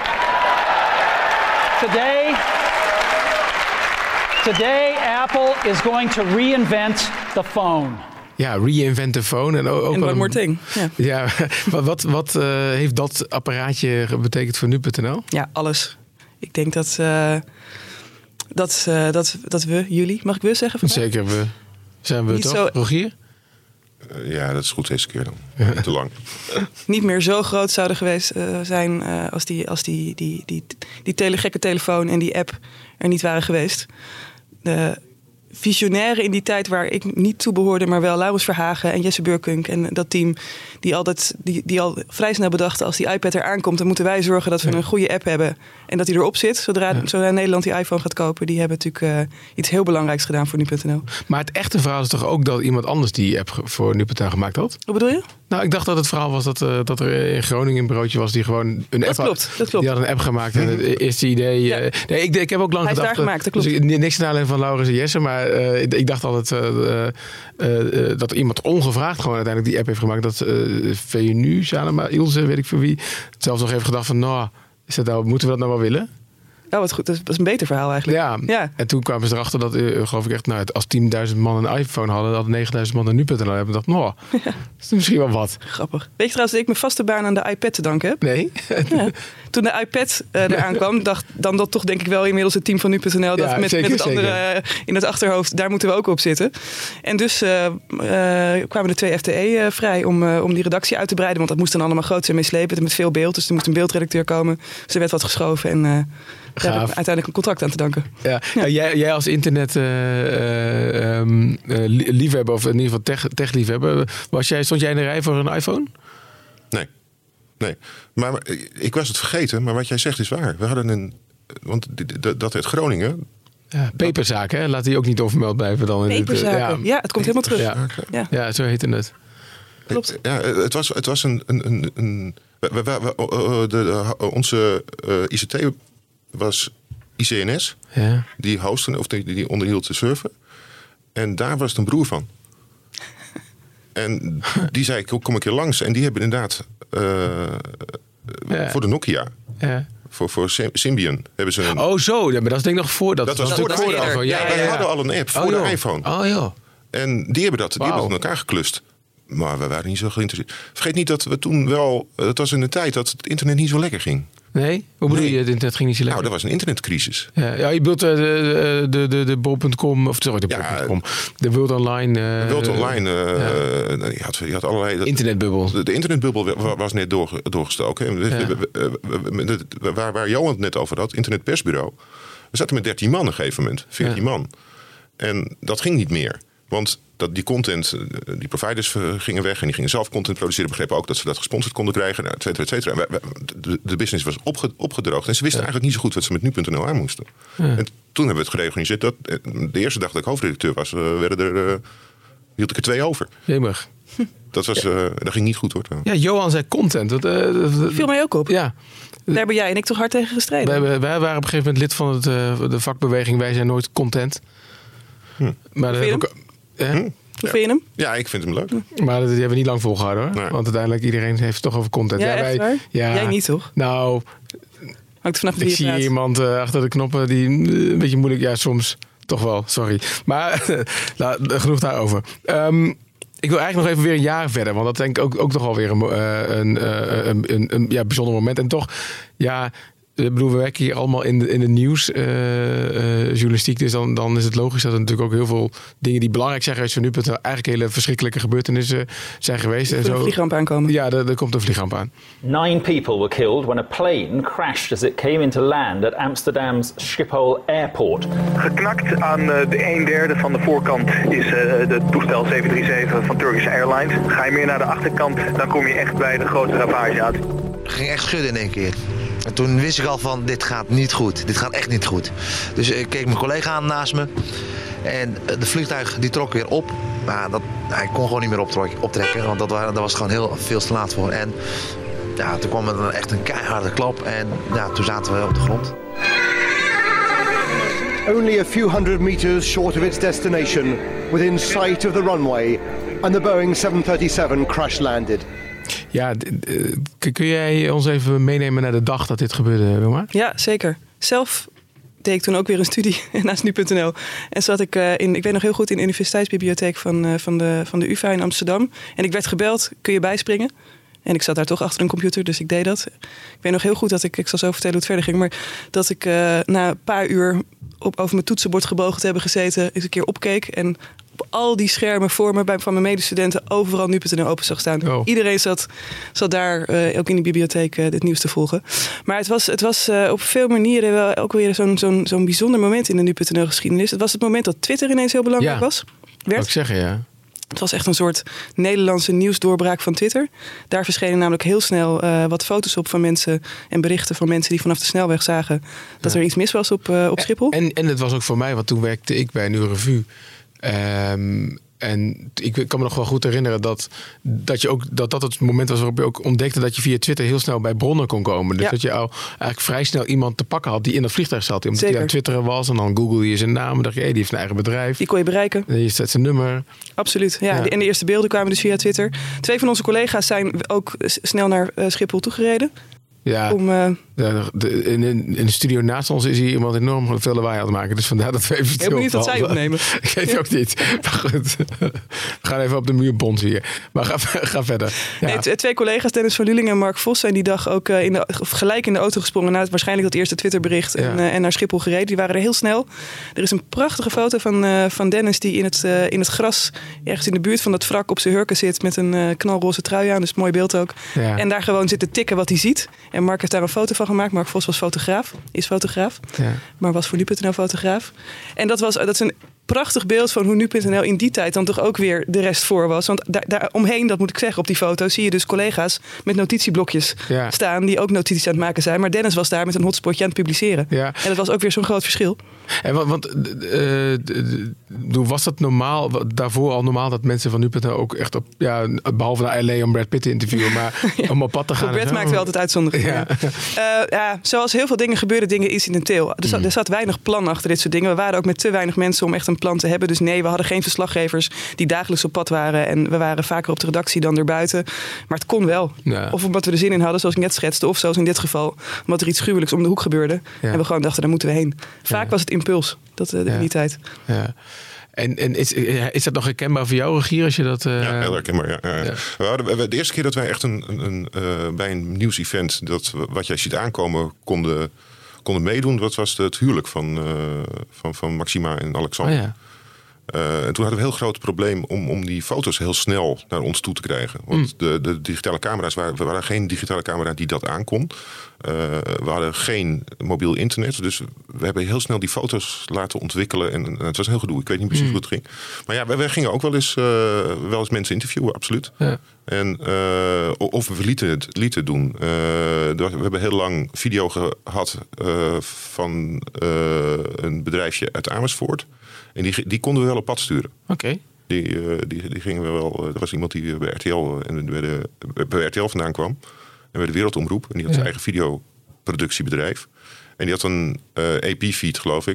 Today, Apple is going to reinvent the phone. Ja, reinvent the phone. En ook one more thing. Ja, wat heeft dat apparaatje betekend voor nu.nl? Ja, alles. Ik denk dat we, jullie, mag ik we zeggen vandaag? Zeker, we. Zijn we niet toch, zo... Rogier? Ja, dat is goed deze keer dan. Te lang. Niet meer zo groot zouden geweest zijn als die gekke telefoon en die app er niet waren geweest. De visionairen in die tijd waar ik niet toe behoorde, maar wel Laurens Verhagen en Jesse Burkunk en dat team die al vrij snel bedachten als die iPad er aankomt, dan moeten wij zorgen dat we een goede app hebben en dat die erop zit. Zodra Nederland die iPhone gaat kopen, die hebben natuurlijk iets heel belangrijks gedaan voor nu.nl. Maar het echte verhaal is toch ook dat iemand anders die app voor nu.nl gemaakt had? Wat bedoel je? Nou, ik dacht dat het verhaal was dat er in Groningen een bureautje was die gewoon een app had. Dat klopt. Die had een app gemaakt en het eerste idee... Ja. Nee, ik heb ook lang gedacht... Hij is daar gemaakt, dat klopt. Dus niks ten aanleiding van Laurens en Jesse, maar ik dacht altijd dat iemand ongevraagd gewoon uiteindelijk die app heeft gemaakt. Dat VNU, Sanema, Ilse, weet ik voor wie, zelfs nog heeft gedacht van, moeten we dat nou wel willen? Oh, wat goed. Dat is een beter verhaal eigenlijk. Ja. En toen kwamen ze erachter dat, geloof ik echt, als 10.000 man een iPhone hadden 9.000 man een nu.nl hebben. Ik dacht, dat is misschien wel wat. Grappig. Weet je trouwens dat ik mijn vaste baan aan de iPad te danken heb? Nee. Ja. Toen de iPad eraan kwam, dacht dan dat toch denk ik wel inmiddels het team van nu.nl dat met het andere in het achterhoofd, daar moeten we ook op zitten. En dus kwamen de 2 FTE vrij om die redactie uit te breiden, want dat moest dan allemaal groot zijn meeslepend en met veel beeld. Dus er moest een beeldredacteur komen. Dus er werd wat geschoven en daar heb ik uiteindelijk een contract aan te danken. Ja. Jij als internet liefhebber, of in ieder geval tech-liefhebber, stond jij in de rij voor een iPhone? Nee. Maar ik was het vergeten, maar wat jij zegt is waar. We hadden want dat uit Groningen... Ja, peperzaken, hè? Laat die ook niet onvermeld blijven dan. Peperzaken, ja, het komt helemaal terug. Ja, zo heette het. Klopt. Ja, het was onze ICT was ICNS, die hosten of die onderhield de server. En daar was het een broer van. En die zei, kom een keer langs. En die hebben inderdaad voor de Nokia, voor Symbian, hebben ze een... Oh zo, maar dat is denk ik nog voor dat. Dat was voor de iPhone. Ja, wij hadden al een app voor de iPhone. Oh joh. En die hebben dat met elkaar geklust. Maar we waren niet zo geïnteresseerd. Vergeet niet dat we toen wel... Het was in de tijd dat het internet niet zo lekker ging. Nee? Hoe bedoel je, het internet ging niet zo lekker? Nou, dat was een internetcrisis. Ja, je bedoelt de bol.com, of sorry, de bol.com. De World Online. World Online, je had allerlei... Internetbubbel. De internetbubbel was net doorgestoken. Waar Johan het net over had, internetpersbureau. We zaten met 13 man op een gegeven moment, 14 man. En dat ging niet meer. Want die content, die providers gingen weg en die gingen zelf content produceren. Begrepen ook dat ze dat gesponsord konden krijgen, et cetera, et cetera. De business was opgedroogd en ze wisten eigenlijk niet zo goed wat ze met nu.nl aan moesten. Ja. En toen hebben we het gereorganiseerd. De eerste dag dat ik hoofdredacteur was, hield ik er 2 over. Jemig. Dat ging niet goed hoor. Ja, Johan zei content. Viel mij ook op. Ja. Daar hebben jij en ik toch hard tegen gestreden? Wij waren op een gegeven moment lid van de vakbeweging. Wij zijn nooit content. Maar dat heb ik... Hoe vind je hem? Ja, ik vind hem leuk. Maar die hebben we niet lang volgehouden hoor. Nee. Want uiteindelijk iedereen heeft het toch over content. Ja, echt waar? Jij niet toch? Nou, Hangt vanaf ik zie iemand achter de knoppen die een beetje moeilijk... Ja, soms toch wel, sorry. Maar genoeg daarover. Ik wil eigenlijk nog even weer een jaar verder. Want dat denk ik ook toch alweer een bijzonder moment. En toch, ja... Ik bedoel, we werken hier allemaal in de nieuwsjournalistiek. Dus dan is het logisch dat er natuurlijk ook heel veel dingen die belangrijk zijn geweest voor nu. Eigenlijk hele verschrikkelijke gebeurtenissen zijn geweest. Er komt een vliegramp aankomen. Ja, er komt een vliegramp aan. 9 people were killed when a plane crashed as it came into land at Amsterdam's Schiphol Airport. Geknakt aan de 1/3 van de voorkant is het toestel 737 van Turkish Airlines. Ga je meer naar de achterkant, dan kom je echt bij de grote ravage uit. Het ging echt schudden in één keer. En toen wist ik al van, dit gaat niet goed. Dit gaat echt niet goed. Dus ik keek mijn collega aan naast me. En de vliegtuig die trok weer op. Maar hij kon gewoon niet meer optrekken. Want daar was het gewoon heel veel te laat voor. En ja, toen kwam er echt een keiharde klap. En ja, toen zaten we op de grond. Only a few hundred meters short of its destination. Within sight of the runway. And the Boeing 737 crash landed. Ja, kun jij ons even meenemen naar de dag dat dit gebeurde, Wilma? Ja, zeker. Zelf deed ik toen ook weer een studie naast nu.nl. En zat ik ik weet nog heel goed in de universiteitsbibliotheek van de UvA in Amsterdam. En ik werd gebeld, kun je bijspringen? En ik zat daar toch achter een computer, dus ik deed dat. Ik weet nog heel goed dat ik zal zo vertellen hoe het verder ging, maar dat ik na een paar uur over mijn toetsenbord gebogen te hebben gezeten, eens een keer opkeek en op al die schermen voor me van mijn medestudenten overal nu.nl open zag staan. Oh. Iedereen zat daar ook in de bibliotheek dit nieuws te volgen. Maar het was op veel manieren wel ook weer zo'n bijzonder moment in de nu.nl geschiedenis. Het was het moment dat Twitter ineens heel belangrijk was. Zou ik zeggen, ja. Het was echt een soort Nederlandse nieuwsdoorbraak van Twitter. Daar verschenen namelijk heel snel wat foto's op van mensen en berichten van mensen die vanaf de snelweg zagen dat er iets mis was op Schiphol. En het was ook voor mij, want toen werkte ik bij Nieuwe Revue. En ik kan me nog wel goed herinneren dat het moment was waarop je ook ontdekte dat je via Twitter heel snel bij bronnen kon komen. Dus dat je al eigenlijk vrij snel iemand te pakken had die in dat vliegtuig zat. Omdat hij aan twitteren was en dan googelde je zijn naam en dacht je, die heeft een eigen bedrijf. Die kon je bereiken. En je zet zijn nummer. Absoluut. Ja. En de eerste beelden kwamen dus via Twitter. 2 van onze collega's zijn ook snel naar Schiphol toegereden. Ja, in de studio naast ons is hier iemand enorm veel lawaai aan het maken. Dus vandaar dat we even stil. Heel benieuwd dat zij opnemen. Ik weet ook niet. Maar goed, we gaan even op de muur bonzen hier. Maar ga verder. Ja. Nee, 2 collega's, Dennis van Luling en Mark Vos, zijn die dag ook gelijk in de auto gesprongen na waarschijnlijk dat eerste Twitterbericht en naar Schiphol gereden. Die waren er heel snel. Er is een prachtige foto van Dennis die in het gras ergens in de buurt van dat wrak op zijn hurken zit met een knalroze trui aan. Dus een mooi beeld ook. Ja. En daar gewoon zit te tikken wat hij ziet. En Mark heeft daar een foto van gemaakt. Mark Vos was fotograaf, is fotograaf, maar was voor nu.nl fotograaf. En dat is een prachtig beeld van hoe nu.nl in die tijd dan toch ook weer de rest voor was. Want daar omheen, dat moet ik zeggen, op die foto zie je dus collega's met notitieblokjes staan die ook notities aan het maken zijn. Maar Dennis was daar met een hotspotje aan het publiceren. Ja. En dat was ook weer zo'n groot verschil. En was dat normaal, daarvoor al normaal dat mensen van nu.nl ook echt op, behalve naar LA om Brad Pitt te interviewen, maar om op pad te gaan. Brad maakt wel altijd uitzonderingen. Zoals heel veel dingen gebeuren dingen incidenteel. Er zat weinig plan achter dit soort dingen. We waren ook met te weinig mensen om echt een plan te hebben. Dus nee, we hadden geen verslaggevers die dagelijks op pad waren. En we waren vaker op de redactie dan erbuiten. Maar het kon wel. Ja. Of omdat we er zin in hadden, zoals ik net schetste. Of zoals in dit geval, omdat er iets gruwelijks om de hoek gebeurde. Ja. En we gewoon dachten, daar moeten we heen. Vaak was het impuls in die tijd. Ja. En is dat nog herkenbaar voor jou, Regier? Als je dat, Ja, heel herkenbaar. Ja. We hadden de eerste keer dat wij echt bij een nieuwsevent wat jij ziet aankomen konden meedoen. Dat was het huwelijk van Maxima en Alexander. Oh ja. En toen hadden we een heel groot probleem om die foto's heel snel naar ons toe te krijgen. Want de digitale camera's waren geen digitale camera die dat aankon. We hadden geen mobiel internet. Dus we hebben heel snel die foto's laten ontwikkelen. En het was heel gedoe. Ik weet niet precies hoe het ging. Maar ja, wij gingen ook wel eens mensen interviewen, absoluut. Ja. En, of we lieten het doen. We hebben heel lang video gehad van een bedrijfje uit Amersfoort. En die konden we wel op pad sturen. Oké. Die gingen we wel. Er was iemand die bij RTL bij RTL vandaan kwam. En bij de Wereldomroep. En die had zijn eigen videoproductiebedrijf. En die had een AP-feed, geloof ik.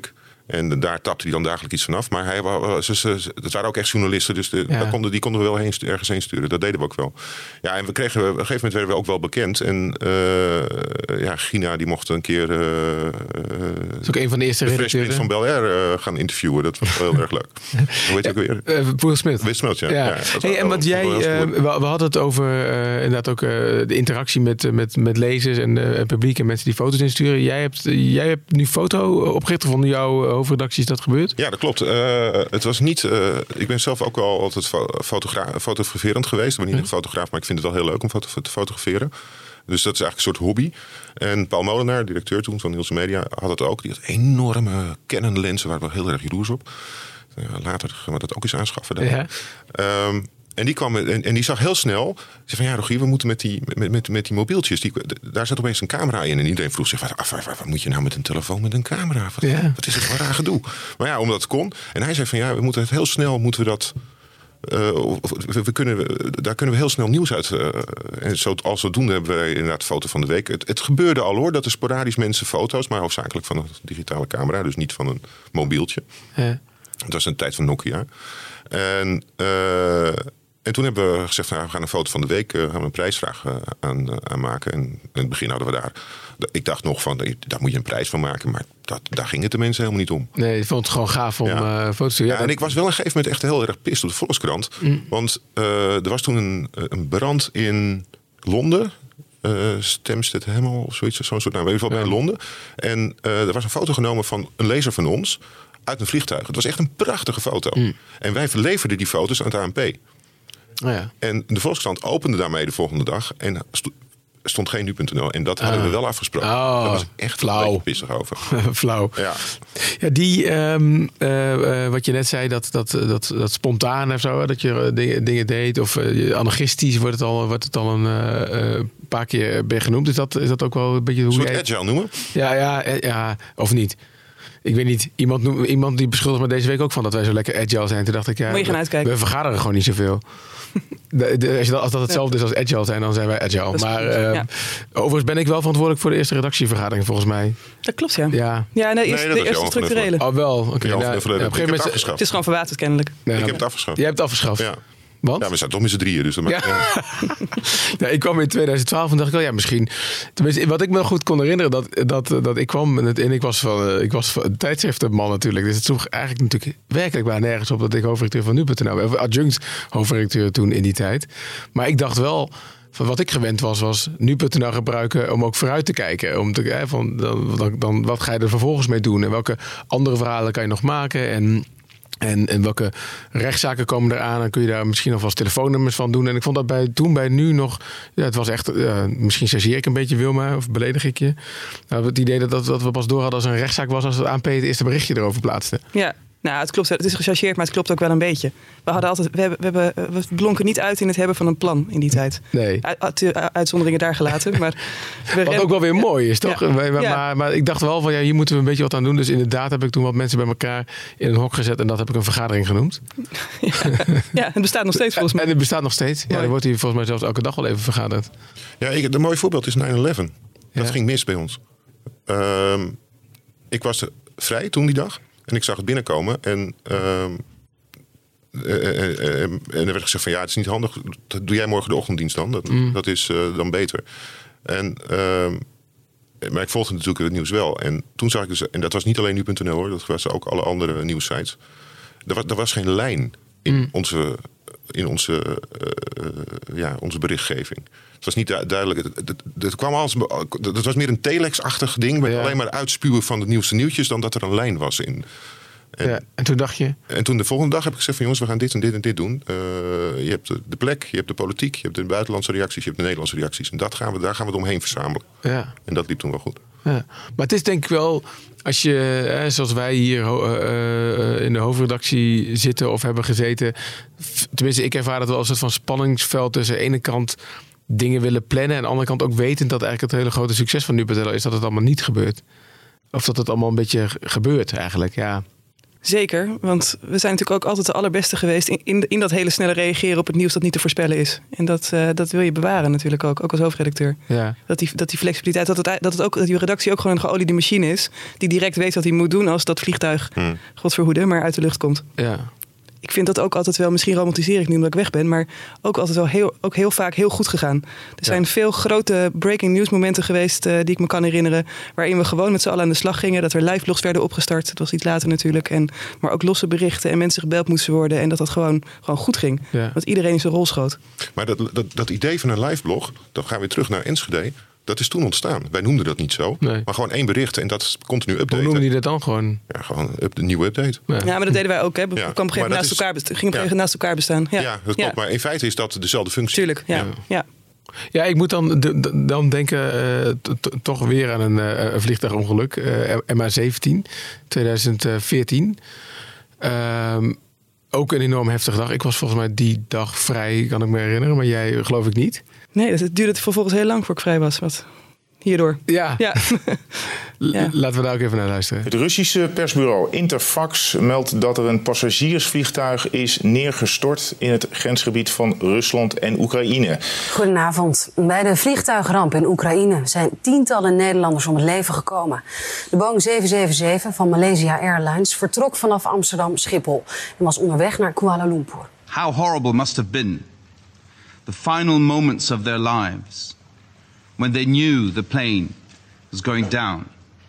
En daar tapte hij dan dagelijks iets vanaf. Maar het waren ook echt journalisten. Dus die konden we wel ergens heen sturen. Dat deden we ook wel. Ja, en op een gegeven moment werden we ook wel bekend. En Gina die mocht een keer... dat is ook een van de eerste redacteuren. De Fresh Prince van Bel-Air gaan interviewen. Dat was wel heel erg leuk. Hoe heet je ook weer? Will Smith. Will Smith, ja. Hey, en wat jij... we hadden het over inderdaad ook de interactie met lezers en publiek en mensen die foto's insturen. Jij hebt nu foto opgericht van jouw hoofdredactie. Is dat gebeurd? Ja, dat klopt. Het was niet... ik ben zelf ook al altijd fotograferend geweest. Ik ben niet een fotograaf, maar ik vind het wel heel leuk om te fotograferen. Dus dat is eigenlijk een soort hobby. En Paul Molenaar, directeur toen van Nielsen Media, had het ook. Die had enorme Canon lenzen, waar we heel erg jaloers op. Later gaan we dat ook eens aanschaffen. Dan. Ja. En die kwam en die zag heel snel. Zei van ja, Rogier, we moeten met die mobieltjes. Daar zat opeens een camera in. En iedereen vroeg zich: wat moet je nou met een telefoon met een camera? Wat is het voor raar gedoe? Maar ja, omdat het kon. En hij zei van ja, we moeten het heel snel dat. Daar kunnen we heel snel nieuws uit. En zodoende hebben we inderdaad foto van de week. Het gebeurde al hoor, dat er sporadisch mensen foto's, maar hoofdzakelijk van een digitale camera, dus niet van een mobieltje. Het was een tijd van Nokia. En toen hebben we gezegd, we gaan een foto van de week, gaan we een prijsvraag aan maken. En in het begin hadden we ik dacht nog van, daar moet je een prijs van maken. Maar daar ging het de mensen helemaal niet om. Nee, ik vond het gewoon gaaf om foto's te doen. Ja, en ik was wel op een gegeven moment echt heel erg pist op de Volkskrant. Want er was toen een brand in Londen. Stemstead Hemel of zoiets, zo'n soort naam. Weet je wel, bij Londen. En er was een foto genomen van een lezer van ons uit een vliegtuig. Het was echt een prachtige foto. En wij verleverden die foto's aan het ANP. En de Volkskrant opende daarmee de volgende dag en stond geen nu.nl. En dat hadden we wel afgesproken. Daar was echt flauw. Een beetje pissig over. Flauw. Ja, die, wat je net zei, dat spontaan of zo, dat je dingen deed. Of anarchistisch wordt het al een paar keer genoemd. Is dat ook wel een beetje hoe jij... agile noemen? Ja, of niet? Ik weet niet, iemand die beschuldigt me deze week ook van dat wij zo lekker agile zijn. Toen dacht ik, moet je gaan uitkijken. We vergaderen gewoon niet zoveel. Als dat hetzelfde is als agile zijn, dan zijn wij agile. Maar overigens ben ik wel verantwoordelijk voor de eerste redactievergadering, volgens mij. Dat klopt, ja. Ja, de eerste structurele. Oh, wel. Okay. Ik heb het afgeschaft. Het is gewoon verwaterd, kennelijk. Ik heb het afgeschaft. Jij hebt het afgeschaft? Ja. Want? Ja, we zijn toch met z'n drieën. Dus dat maakt ik kwam in 2012 en dacht ik, misschien... Tenminste, wat ik me goed kon herinneren, dat ik kwam... En ik was van tijdschriftenman natuurlijk. Dus het sloeg eigenlijk natuurlijk werkelijk waar nergens op dat ik hoofdredacteur van nu.nl. Of adjunct hoofdredacteur toen in die tijd. Maar ik dacht wel... Van wat ik gewend was nu.nl gebruiken om ook vooruit te kijken. Om te dan wat ga je er vervolgens mee doen? En welke andere verhalen kan je nog maken? En welke rechtszaken komen eraan? Dan kun je daar misschien alvast telefoonnummers van doen. En ik vond dat toen bij nu nog... Ja, het was echt... misschien chargeer ik een beetje, Wilma, of beledig ik je. Het idee dat we pas door hadden als een rechtszaak was... als het ANP het eerste berichtje erover plaatste. Ja. Nou, het klopt. Het is gechargeerd, maar het klopt ook wel een beetje. We blonken niet uit in het hebben van een plan in die tijd. Nee. Uitzonderingen daar gelaten. Maar wat ook wel weer mooi is, toch? Ja. Maar ik dacht wel van, hier moeten we een beetje wat aan doen. Dus inderdaad heb ik toen wat mensen bij elkaar in een hok gezet. En dat heb ik een vergadering genoemd. Ja, het bestaat nog steeds volgens mij. En het bestaat nog steeds. Ja, er wordt hier volgens mij zelfs elke dag wel even vergaderd. Ja, een mooi voorbeeld is 9/11. Dat ging mis bij ons. Ik was vrij toen die dag. En ik zag het binnenkomen en er werd gezegd van ja, het is niet handig. Doe jij morgen de ochtenddienst dan? Dat is dan beter. Maar ik volgde natuurlijk het nieuws wel. En toen zag ik dus, en dat was niet alleen nu.nl hoor, dat was ook alle andere nieuwssites. Er was geen lijn in onze berichtgeving. Het was niet duidelijk. Het was meer een telex-achtig ding met alleen maar uitspuwen van de nieuwste nieuwtjes dan dat er een lijn was in. En toen dacht je? En toen de volgende dag heb ik gezegd van jongens, we gaan dit en dit en dit doen. Je hebt de plek, je hebt de politiek, je hebt de buitenlandse reacties, je hebt de Nederlandse reacties. En daar gaan we het omheen verzamelen. Ja. En dat liep toen wel goed. Ja. Maar het is denk ik wel, als je, zoals wij hier in de hoofdredactie zitten of hebben gezeten. Tenminste, ik ervaar het wel als een soort van spanningsveld tussen de ene kant dingen willen plannen en aan de andere kant ook wetend dat eigenlijk het hele grote succes van nu.nl is dat het allemaal niet gebeurt. Of dat het allemaal een beetje gebeurt eigenlijk, ja. Zeker, want we zijn natuurlijk ook altijd de allerbeste geweest in dat hele snelle reageren op het nieuws dat niet te voorspellen is. En dat wil je bewaren natuurlijk ook als hoofdredacteur. Ja. Dat die flexibiliteit, dat die redactie ook gewoon een geoliede machine is die direct weet wat hij moet doen als dat vliegtuig, God verhoede, maar uit de lucht komt. Ja. Ik vind dat ook altijd wel, misschien romantiseer ik nu omdat ik weg ben, maar ook altijd wel heel vaak heel goed gegaan. Er zijn veel grote breaking news momenten geweest die ik me kan herinneren, waarin we gewoon met z'n allen aan de slag gingen, dat er live blogs werden opgestart. Dat was iets later natuurlijk. Maar ook losse berichten en mensen gebeld moesten worden en dat gewoon goed ging. Ja. Dat iedereen in zijn rol schoot. Maar dat idee van een live blog, dan gaan we terug naar Enschede. Dat is toen ontstaan. Wij noemden dat niet zo. Nee. Maar gewoon 1 bericht en dat continu updaten. Hoe noemen die dat dan gewoon? Ja, gewoon een nieuwe update. Ja, maar dat deden wij ook. Hè. We kwam op een gegeven moment naast elkaar bestaan. Ja, dat klopt. Maar in feite is dat dezelfde functie. Tuurlijk, ja. Ja, ik moet dan denken toch weer aan een vliegtuigongeluk. MH17, 2014. Ook een enorm heftige dag. Ik was volgens mij die dag vrij, kan ik me herinneren. Maar jij geloof ik niet. Nee, het duurde vervolgens heel lang voor ik vrij was. Hierdoor. Ja. Laten we daar ook even naar luisteren. Het Russische persbureau Interfax meldt dat er een passagiersvliegtuig is neergestort in het grensgebied van Rusland en Oekraïne. Goedenavond. Bij de vliegtuigramp in Oekraïne zijn tientallen Nederlanders om het leven gekomen. De Boeing 777 van Malaysia Airlines vertrok vanaf Amsterdam Schiphol en was onderweg naar Kuala Lumpur. How horrible must have been the final moments of their lives when they knew the plane was going down.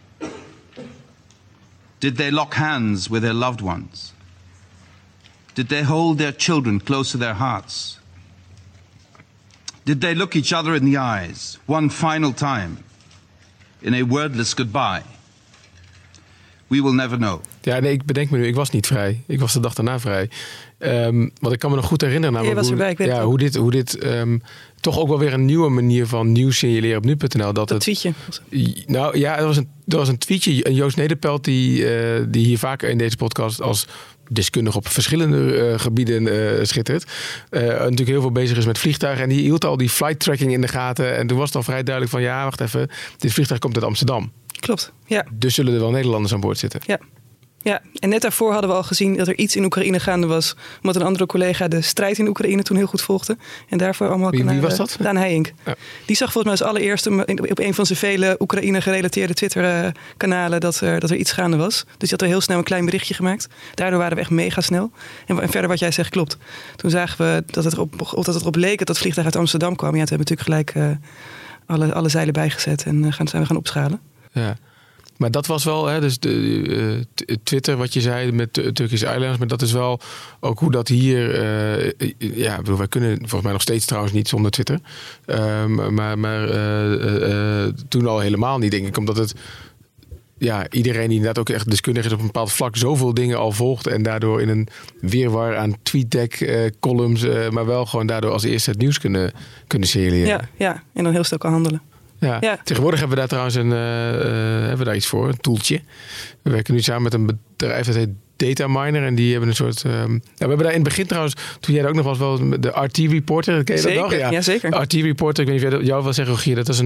Did they lock hands with their loved ones? Did they hold their children close to their hearts? Did they look each other in the eyes one final time in a wordless goodbye? We will never know. Ja, nee, ik bedenk me nu, ik was niet vrij. Ik was de dag daarna vrij. Want ik kan me nog goed herinneren. Namelijk was erbij, ik weet het hoe dit toch ook wel weer een nieuwe manier van nieuws signaleren op nu.nl. Dat tweetje. Nou ja, er was een tweetje. Joost Nederpelt die hier vaker in deze podcast als deskundig op verschillende gebieden schittert. Natuurlijk heel veel bezig is met vliegtuigen. En die hield al die flight tracking in de gaten. En toen was het al vrij duidelijk van ja, wacht even. Dit vliegtuig komt uit Amsterdam. Klopt, ja. Dus zullen er wel Nederlanders aan boord zitten. Ja, en net daarvoor hadden we al gezien dat er iets in Oekraïne gaande was. Omdat een andere collega de strijd in Oekraïne toen heel goed volgde. En daarvoor allemaal Wie was dat? Daan Heijink. Ja. Die zag volgens mij als allereerste op een van zijn vele Oekraïne-gerelateerde Twitter-kanalen dat er iets gaande was. Dus die had er heel snel een klein berichtje gemaakt. Daardoor waren we echt mega snel. En verder wat jij zegt klopt. Toen zagen we dat het erop leek dat het vliegtuig uit Amsterdam kwam. Ja, toen hebben we natuurlijk gelijk alle zeilen bijgezet en zijn we gaan opschalen. Ja. Maar dat was wel, dus Twitter wat je zei met Turkish Airlines. Maar dat is wel ook hoe dat hier... wij kunnen volgens mij nog steeds trouwens niet zonder Twitter. Maar toen al helemaal niet, denk ik. Omdat het... Ja, iedereen die inderdaad ook echt deskundig is op een bepaald vlak zoveel dingen al volgt. En daardoor in een wirwar aan TweetDeck columns. Maar wel gewoon daardoor als eerste het nieuws kunnen signaleren. Ja, en dan heel snel kan handelen. Ja. Tegenwoordig hebben we daar trouwens iets voor, een toeltje. We werken nu samen met een bedrijf dat heet Dataminer. En die hebben een soort... we hebben daar in het begin trouwens, toen jij er ook nog was, wel de RT Reporter. Ken je dat nog? Ja, zeker. RT Reporter, ik weet niet of jij jou wil zeggen, Rogier. Dat was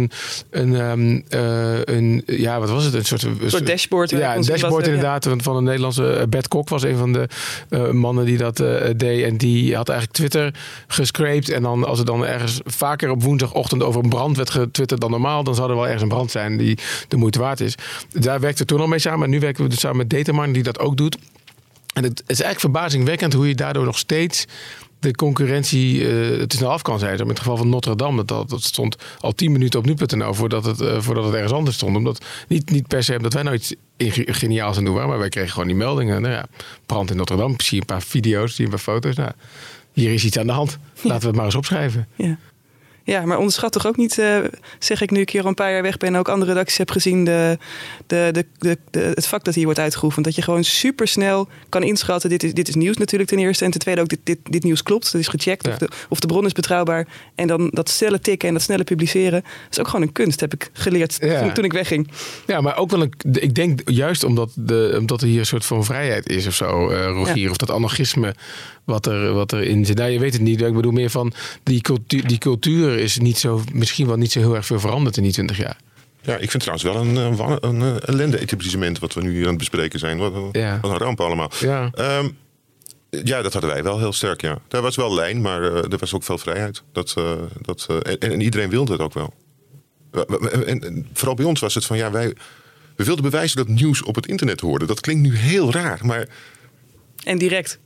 wat was het? Een soort dashboard. Ja, een dashboard inderdaad. Van een Nederlandse... Bert Kok was een van de mannen die dat deed. En die had eigenlijk Twitter gescraped. En dan als er dan ergens vaker op woensdagochtend over een brand werd getwitterd dan normaal, dan zou er wel ergens een brand zijn die de moeite waard is. Daar werkte we toen al mee samen. En nu werken we dus samen met Dataminer die dat ook doet. En het is eigenlijk verbazingwekkend hoe je daardoor nog steeds de concurrentie te snel af kan zijn. In het geval van Notre Dame, dat stond al 10 minuten op nu.nl voordat het ergens anders stond. Omdat niet per se omdat wij nou iets geniaals aan doen waren, maar wij kregen gewoon die meldingen. Nou ja, brand in Notre Dame, zie je een paar video's, zie je een paar foto's. Nou, hier is iets aan de hand. Laten we het maar eens opschrijven. Ja. Ja, maar onderschat toch ook niet, zeg ik nu ik hier al een paar jaar weg ben en ook andere redacties heb gezien, het vak dat hier wordt uitgeoefend. Dat je gewoon supersnel kan inschatten, dit is nieuws natuurlijk ten eerste. En ten tweede ook, dit nieuws klopt, dat is gecheckt. Ja. Of de bron is betrouwbaar. En dan dat snelle tikken en dat snelle publiceren. Dat is ook gewoon een kunst, heb ik geleerd toen ik wegging. Ja, maar ook wel ik denk juist omdat er hier een soort van vrijheid is of zo, Rogier. Ja. Of dat anarchisme wat er in zit. Nou, je weet het niet. Ik bedoel meer van die cultuur is misschien wel niet zo heel erg veel veranderd in die 20 jaar. Ja, ik vind trouwens wel een ellende-etablissement wat we nu aan het bespreken zijn. Wat een ramp allemaal. Ja. Ja, dat hadden wij wel heel sterk, ja. Daar was wel lijn, maar er was ook veel vrijheid. En iedereen wilde het ook wel. En vooral bij ons was het van, we wilden bewijzen dat nieuws op het internet hoorde. Dat klinkt nu heel raar, maar... En direct.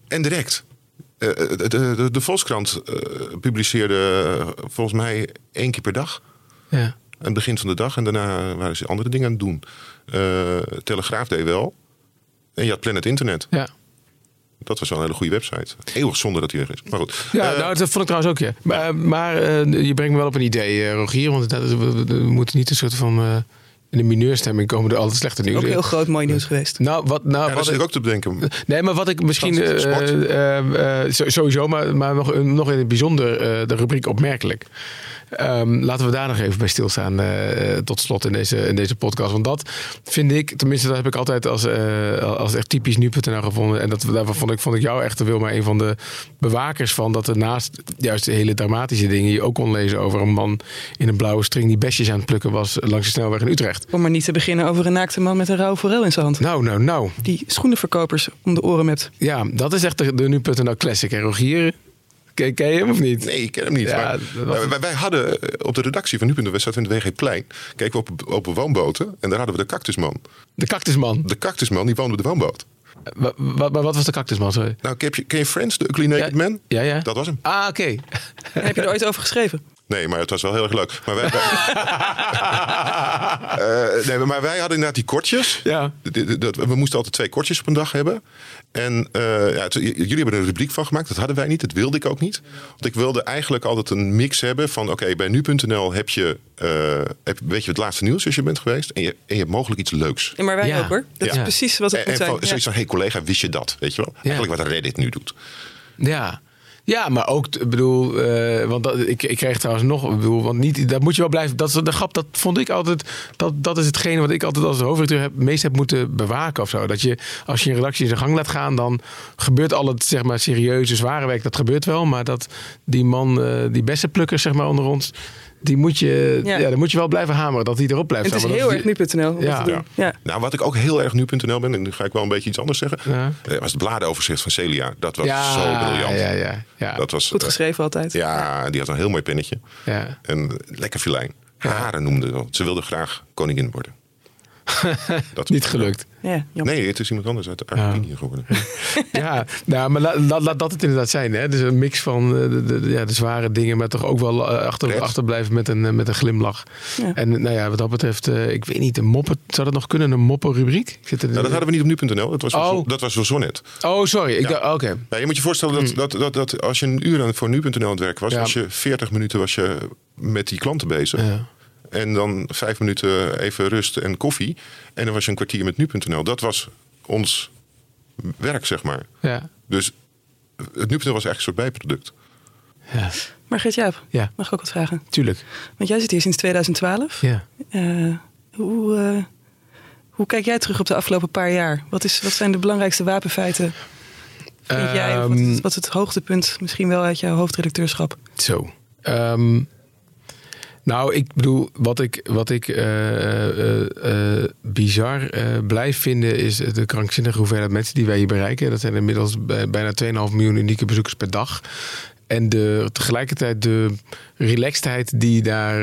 De Volkskrant publiceerde volgens mij 1 keer per dag. Ja. Aan het begin van de dag. En daarna waren ze andere dingen aan het doen. Telegraaf deed wel. En je had Planet Internet. Ja. Dat was wel een hele goede website. Eeuwig zonde dat hij er is. Maar goed. Ja, dat vond ik trouwens ook, ja. Maar je brengt me wel op een idee, Rogier. Want we moeten niet een soort van... in een mineurstemming komen er altijd slechte nieuws. Ook heel groot mooi nieuws geweest. Dat is ook te bedenken. Nee, maar wat ik misschien... sowieso, maar nog in het bijzonder de rubriek opmerkelijk. Laten we daar nog even bij stilstaan tot slot in deze podcast. Want dat vind ik, tenminste dat heb ik altijd als echt typisch nu.nl gevonden. En daarvan vond ik jou echt, Wilma, een van de bewakers van. Dat er naast juist de hele dramatische dingen je ook kon lezen over een man in een blauwe string die besjes aan het plukken was langs de snelweg in Utrecht. Om maar niet te beginnen over een naakte man met een rauwe forel in zijn hand. Nou. Die schoenenverkopers om de oren met. Ja, dat is echt de nu.nl classic, hè, Rogier? Ken je hem of niet? Nee, ik ken hem niet. Ja, maar wij hadden op de redactie van nu.nl, we zaten in de WG-plein, keken we op woonboten en daar hadden we de cactusman. De cactusman? De cactusman, die woonde op de woonboot. Maar wat was de cactusman, sorry? Nou, ken je Friends, de Ugly Naked Man? Ja. Dat was hem. Ah, oké. Heb je er ooit over geschreven? Nee, maar het was wel heel erg leuk. Maar maar wij hadden inderdaad die kortjes. Ja. We moesten altijd 2 kortjes op een dag hebben. En jullie hebben er een rubriek van gemaakt. Dat hadden wij niet. Dat wilde ik ook niet. Want ik wilde eigenlijk altijd een mix hebben van... Oké, bij nu.nl weet je het laatste nieuws als je bent geweest. En je hebt mogelijk iets leuks. Ja, maar wij ook hoor. Dat is precies wat het moet zijn. Zoiets van, hey collega, wist je dat? Weet je wel? Eigenlijk wat Reddit nu doet. Ja. Ja, maar ook, ik bedoel, want ik kreeg trouwens nog, want niet, dat moet je wel blijven. Dat is de grap, dat vond ik altijd, dat is hetgene wat ik altijd als hoofdredacteur meest heb moeten bewaken of zo. Dat je, als je een redactie in zijn gang laat gaan, dan gebeurt al het, zeg maar, serieuze, zware werk, dat gebeurt wel. Maar dat die man, die bessenplukkers, zeg maar, onder ons, die moet je, dan moet je wel blijven hameren, dat die erop blijft. Het is heel erg nu.nl. Ja. Nou, wat ik ook heel erg nu.nl ben, en nu ga ik wel een beetje iets anders zeggen, was het bladenoverzicht van Celia. Dat was zo briljant. Ja. Dat was goed geschreven altijd. Ja, die had een heel mooi pennetje. Ja. En lekker filijn. Haren noemde ze. Ze wilde graag koningin worden. Dat niet gelukt. Ja, nee, het is iemand anders uit Argentinië geworden. Ja, nou, maar laat dat het inderdaad zijn. Hè? Dus een mix van de zware dingen, maar toch ook wel achterblijven met een glimlach. Ja. En nou ja, wat dat betreft, ik weet niet, een moppen, zou dat nog kunnen, een moppenrubriek? Dat hadden we niet op nu.nl, dat was voor Zonnet. Oh, sorry. Oké. Ja, je moet je voorstellen dat als je een uur voor nu.nl aan het werk was, was je 40 minuten was je met die klanten bezig. Ja. En dan 5 minuten even rust en koffie. En dan was je een kwartier met nu.nl. Dat was ons werk, zeg maar. Ja. Dus het nu.nl was eigenlijk een soort bijproduct. Ja. Maar Gert-Jaap, mag ik ook wat vragen? Tuurlijk. Want jij zit hier sinds 2012. Ja. Hoe kijk jij terug op de afgelopen paar jaar? Wat zijn de belangrijkste wapenfeiten? Vind jij? Wat is het hoogtepunt misschien wel uit jouw hoofdredacteurschap? Zo. Nou, ik bedoel, wat ik bizar blijf vinden is de krankzinnige hoeveelheid mensen die wij hier bereiken. Dat zijn inmiddels bijna 2,5 miljoen unieke bezoekers per dag. En tegelijkertijd de relaxedheid die daar,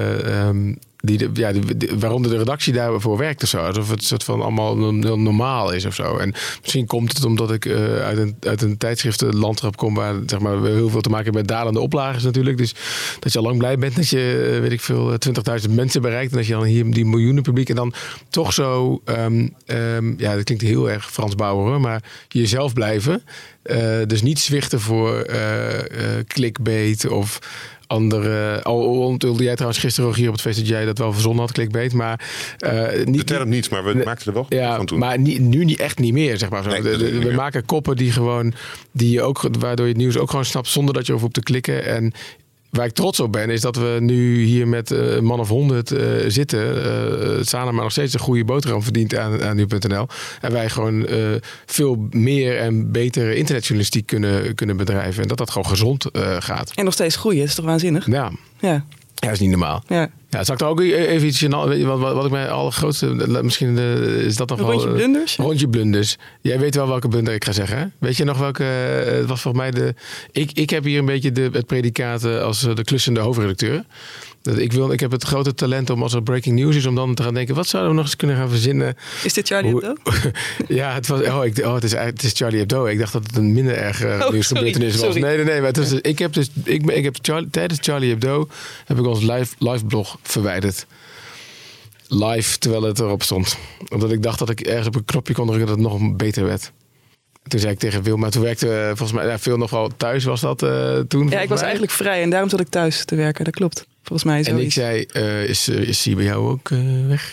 waaronder de redactie daarvoor werkt of zo. Alsof het soort van allemaal normaal is of zo. En misschien komt het omdat ik uit een tijdschriftenlandschap kom waar, zeg maar, we heel veel te maken hebben met dalende oplages natuurlijk. Dus dat je al lang blij bent dat je, weet ik veel, 20.000 mensen bereikt. En dat je dan hier die miljoenen publiek en dan toch zo, dat klinkt heel erg Frans Bauer hoor, maar jezelf blijven. Dus niet zwichten voor clickbait of andere. Al onthulde jij trouwens gisteren ook hier op het feest dat jij dat wel verzonnen had, clickbait. Maar de term niet, maar we maakten er wel van toen. Maar nu echt niet meer, zeg maar. Zo. Nee, we maken koppen waardoor je het nieuws ook gewoon snapt zonder dat je over hoeft te klikken. En waar ik trots op ben, is dat we nu hier met een man of 100 zitten. Sana maar nog steeds een goede boterham verdient aan nu.nl. En wij gewoon veel meer en betere internetjournalistiek kunnen bedrijven. En dat gewoon gezond gaat. En nog steeds groeien, is toch waanzinnig? Ja. Ja, dat is niet normaal. Ja. Ja, zal ik er ook even iets wat ik mijn allergrootste... Misschien is dat nog wel... Rondje blunders? Rondje blunders. Jij weet wel welke blunder ik ga zeggen, hè? Weet je nog welke... Het was volgens mij de... Ik heb hier een beetje het predicaat als de klussende hoofdredacteur. Ik heb het grote talent om als er breaking news is... om dan te gaan denken, wat zouden we nog eens kunnen gaan verzinnen? Is dit Charlie Hebdo? Ja, het was... het is Charlie Hebdo. Ik dacht dat het een minder erg nieuwsgebeurtenis was. Nee. Maar het was, ik heb tijdens Charlie Hebdo... heb ik ons live blog verwijderd. Live, terwijl het erop stond. Omdat ik dacht dat ik ergens op een knopje kon drukken... dat het nog beter werd. Toen zei ik tegen Wilma, toen werkte volgens mij veel nog wel thuis, was dat toen? Ja, ik was eigenlijk vrij en daarom zat ik thuis te werken. Dat klopt. Volgens mij is en ik zei, is hij bij jou ook weg?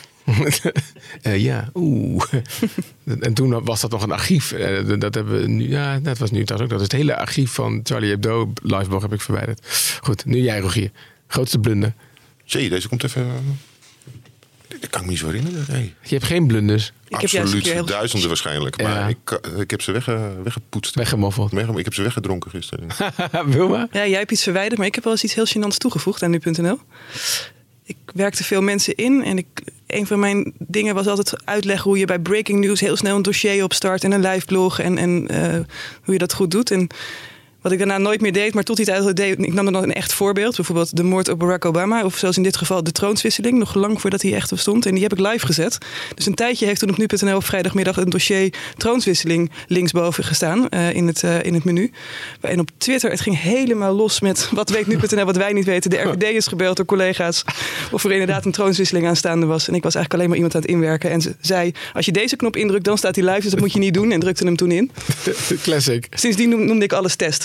Ja, En toen was dat nog een archief. Dat hebben we nu, ja, dat was nu trouwens ook. Dat is het hele archief van Charlie Hebdo liveblog heb ik verwijderd. Goed, nu jij, Rogier. Grootste blunder. Zie je, deze komt even... Dat kan ik me niet zo herinneren. Nee. Je hebt geen blunders? Absoluut, duizenden waarschijnlijk. Ja. Maar ik heb ze weggepoetst. Weggemoffeld. Ik heb ze weggedronken gisteren. Wilma? Ja, jij hebt iets verwijderd, maar ik heb wel eens iets heel gênants toegevoegd aan nu.nl. Ik werkte veel mensen in en een van mijn dingen was altijd uitleggen hoe je bij breaking news heel snel een dossier opstart en een live blog en hoe je dat goed doet. En wat ik daarna nooit meer deed, maar tot die tijd deed, ik nam dan een echt voorbeeld. Bijvoorbeeld de moord op Barack Obama. Of zoals in dit geval de troonswisseling. Nog lang voordat hij echt stond. En die heb ik live gezet. Dus een tijdje heeft toen op nu.nl op vrijdagmiddag een dossier troonswisseling linksboven gestaan. In het menu. En op Twitter, het ging helemaal los met wat weet nu.nl wat wij niet weten. De RVD is gebeld door collega's. Of er inderdaad een troonswisseling aanstaande was. En ik was eigenlijk alleen maar iemand aan het inwerken. En ze zei, als je deze knop indrukt, dan staat hij live. Dus dat moet je niet doen. En drukte hem toen in. Classic. Sindsdien noemde ik alles test.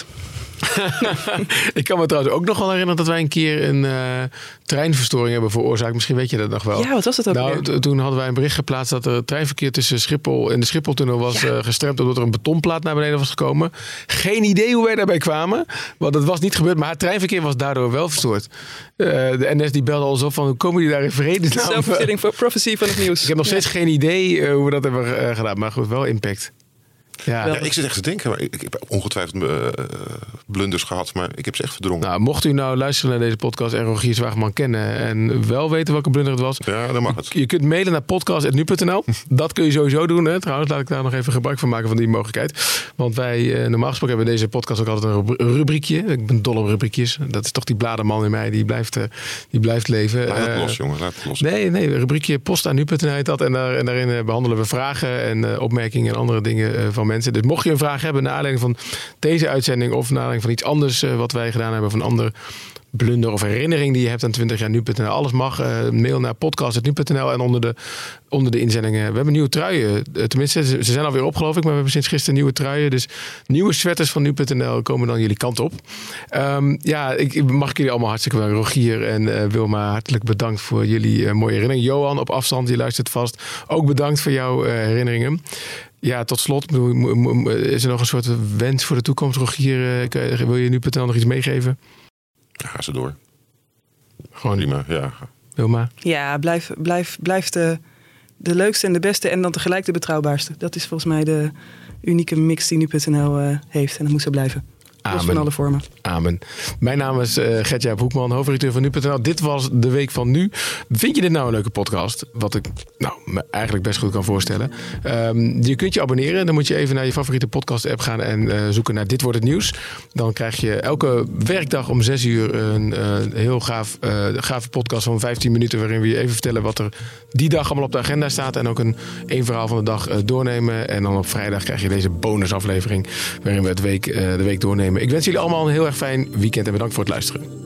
Ik kan me trouwens ook nog wel herinneren dat wij een keer een treinverstoring hebben veroorzaakt. Misschien weet je dat nog wel. Ja, wat was dat ook weer? Toen hadden wij een bericht geplaatst dat er het treinverkeer tussen Schiphol en de Schipholtunnel was gestremd omdat er een betonplaat naar beneden was gekomen. Geen idee hoe wij daarbij kwamen, want dat was niet gebeurd. Maar het treinverkeer was daardoor wel verstoord. De NS die belde ons op van hoe komen die daar in vredesnaam? Zelfvervulling voor prophecy van het nieuws. Ik heb nog steeds geen idee hoe we dat hebben gedaan, maar goed, wel impact. Ja, ik zit echt te denken, maar ik heb ongetwijfeld blunders gehad, maar ik heb ze echt verdrongen. Nou, mocht u nou luisteren naar deze podcast en Rogier Zwageman kennen en wel weten welke blunder het was. Ja, dan mag het. Je kunt mailen naar podcast@nu.nl. Dat kun je sowieso doen. Hè. Trouwens, laat ik daar nog even gebruik van maken van die mogelijkheid. Want wij, normaal gesproken hebben in deze podcast ook altijd een rubriekje. Ik ben dol op rubriekjes. Dat is toch die bladerman in mij, die blijft leven. Laat het los, jongen. Laat het los. Nee, rubriekje post aan nu.nl heet dat. En daarin behandelen we vragen en opmerkingen en andere dingen van mensen. Dus mocht je een vraag hebben naar aanleiding van deze uitzending of naar aanleiding van iets anders wat wij gedaan hebben, van een andere blunder of herinnering die je hebt aan 20 jaar nu.nl, alles mag. Mail naar podcast@nu.nl en onder de inzendingen. We hebben nieuwe truien. Tenminste, ze zijn alweer op, geloof ik, maar we hebben sinds gisteren nieuwe truien. Dus nieuwe sweaters van nu.nl komen dan jullie kant op. Mag ik jullie allemaal hartstikke bedanken. Rogier en Wilma, hartelijk bedankt voor jullie mooie herinneringen. Johan op afstand, die luistert vast. Ook bedankt voor jouw herinneringen. Ja, tot slot, is er nog een soort wens voor de toekomst, Rogier? Wil je nu.nl nog iets meegeven? Ga ze door. Gewoon prima, ja. Wilma? Ja, blijf de leukste en de beste en dan tegelijk de betrouwbaarste. Dat is volgens mij de unieke mix die nu.nl heeft en dat moet zo blijven. Los van alle vormen. Amen. Mijn naam is Gert-Jaap Hoekman, hoofdredacteur van nu.nl. Dit was de Week van Nu. Vind je dit nou een leuke podcast? Wat ik me eigenlijk best goed kan voorstellen. Je kunt je abonneren. Dan moet je even naar je favoriete podcast app gaan en zoeken naar Dit Wordt Het Nieuws. Dan krijg je elke werkdag om 6 uur een heel gave podcast van 15 minuten waarin we je even vertellen wat er die dag allemaal op de agenda staat. En ook een verhaal van de dag doornemen. En dan op vrijdag krijg je deze bonusaflevering waarin we de week doornemen. Ik wens jullie allemaal een heel erg fijn weekend en bedankt voor het luisteren.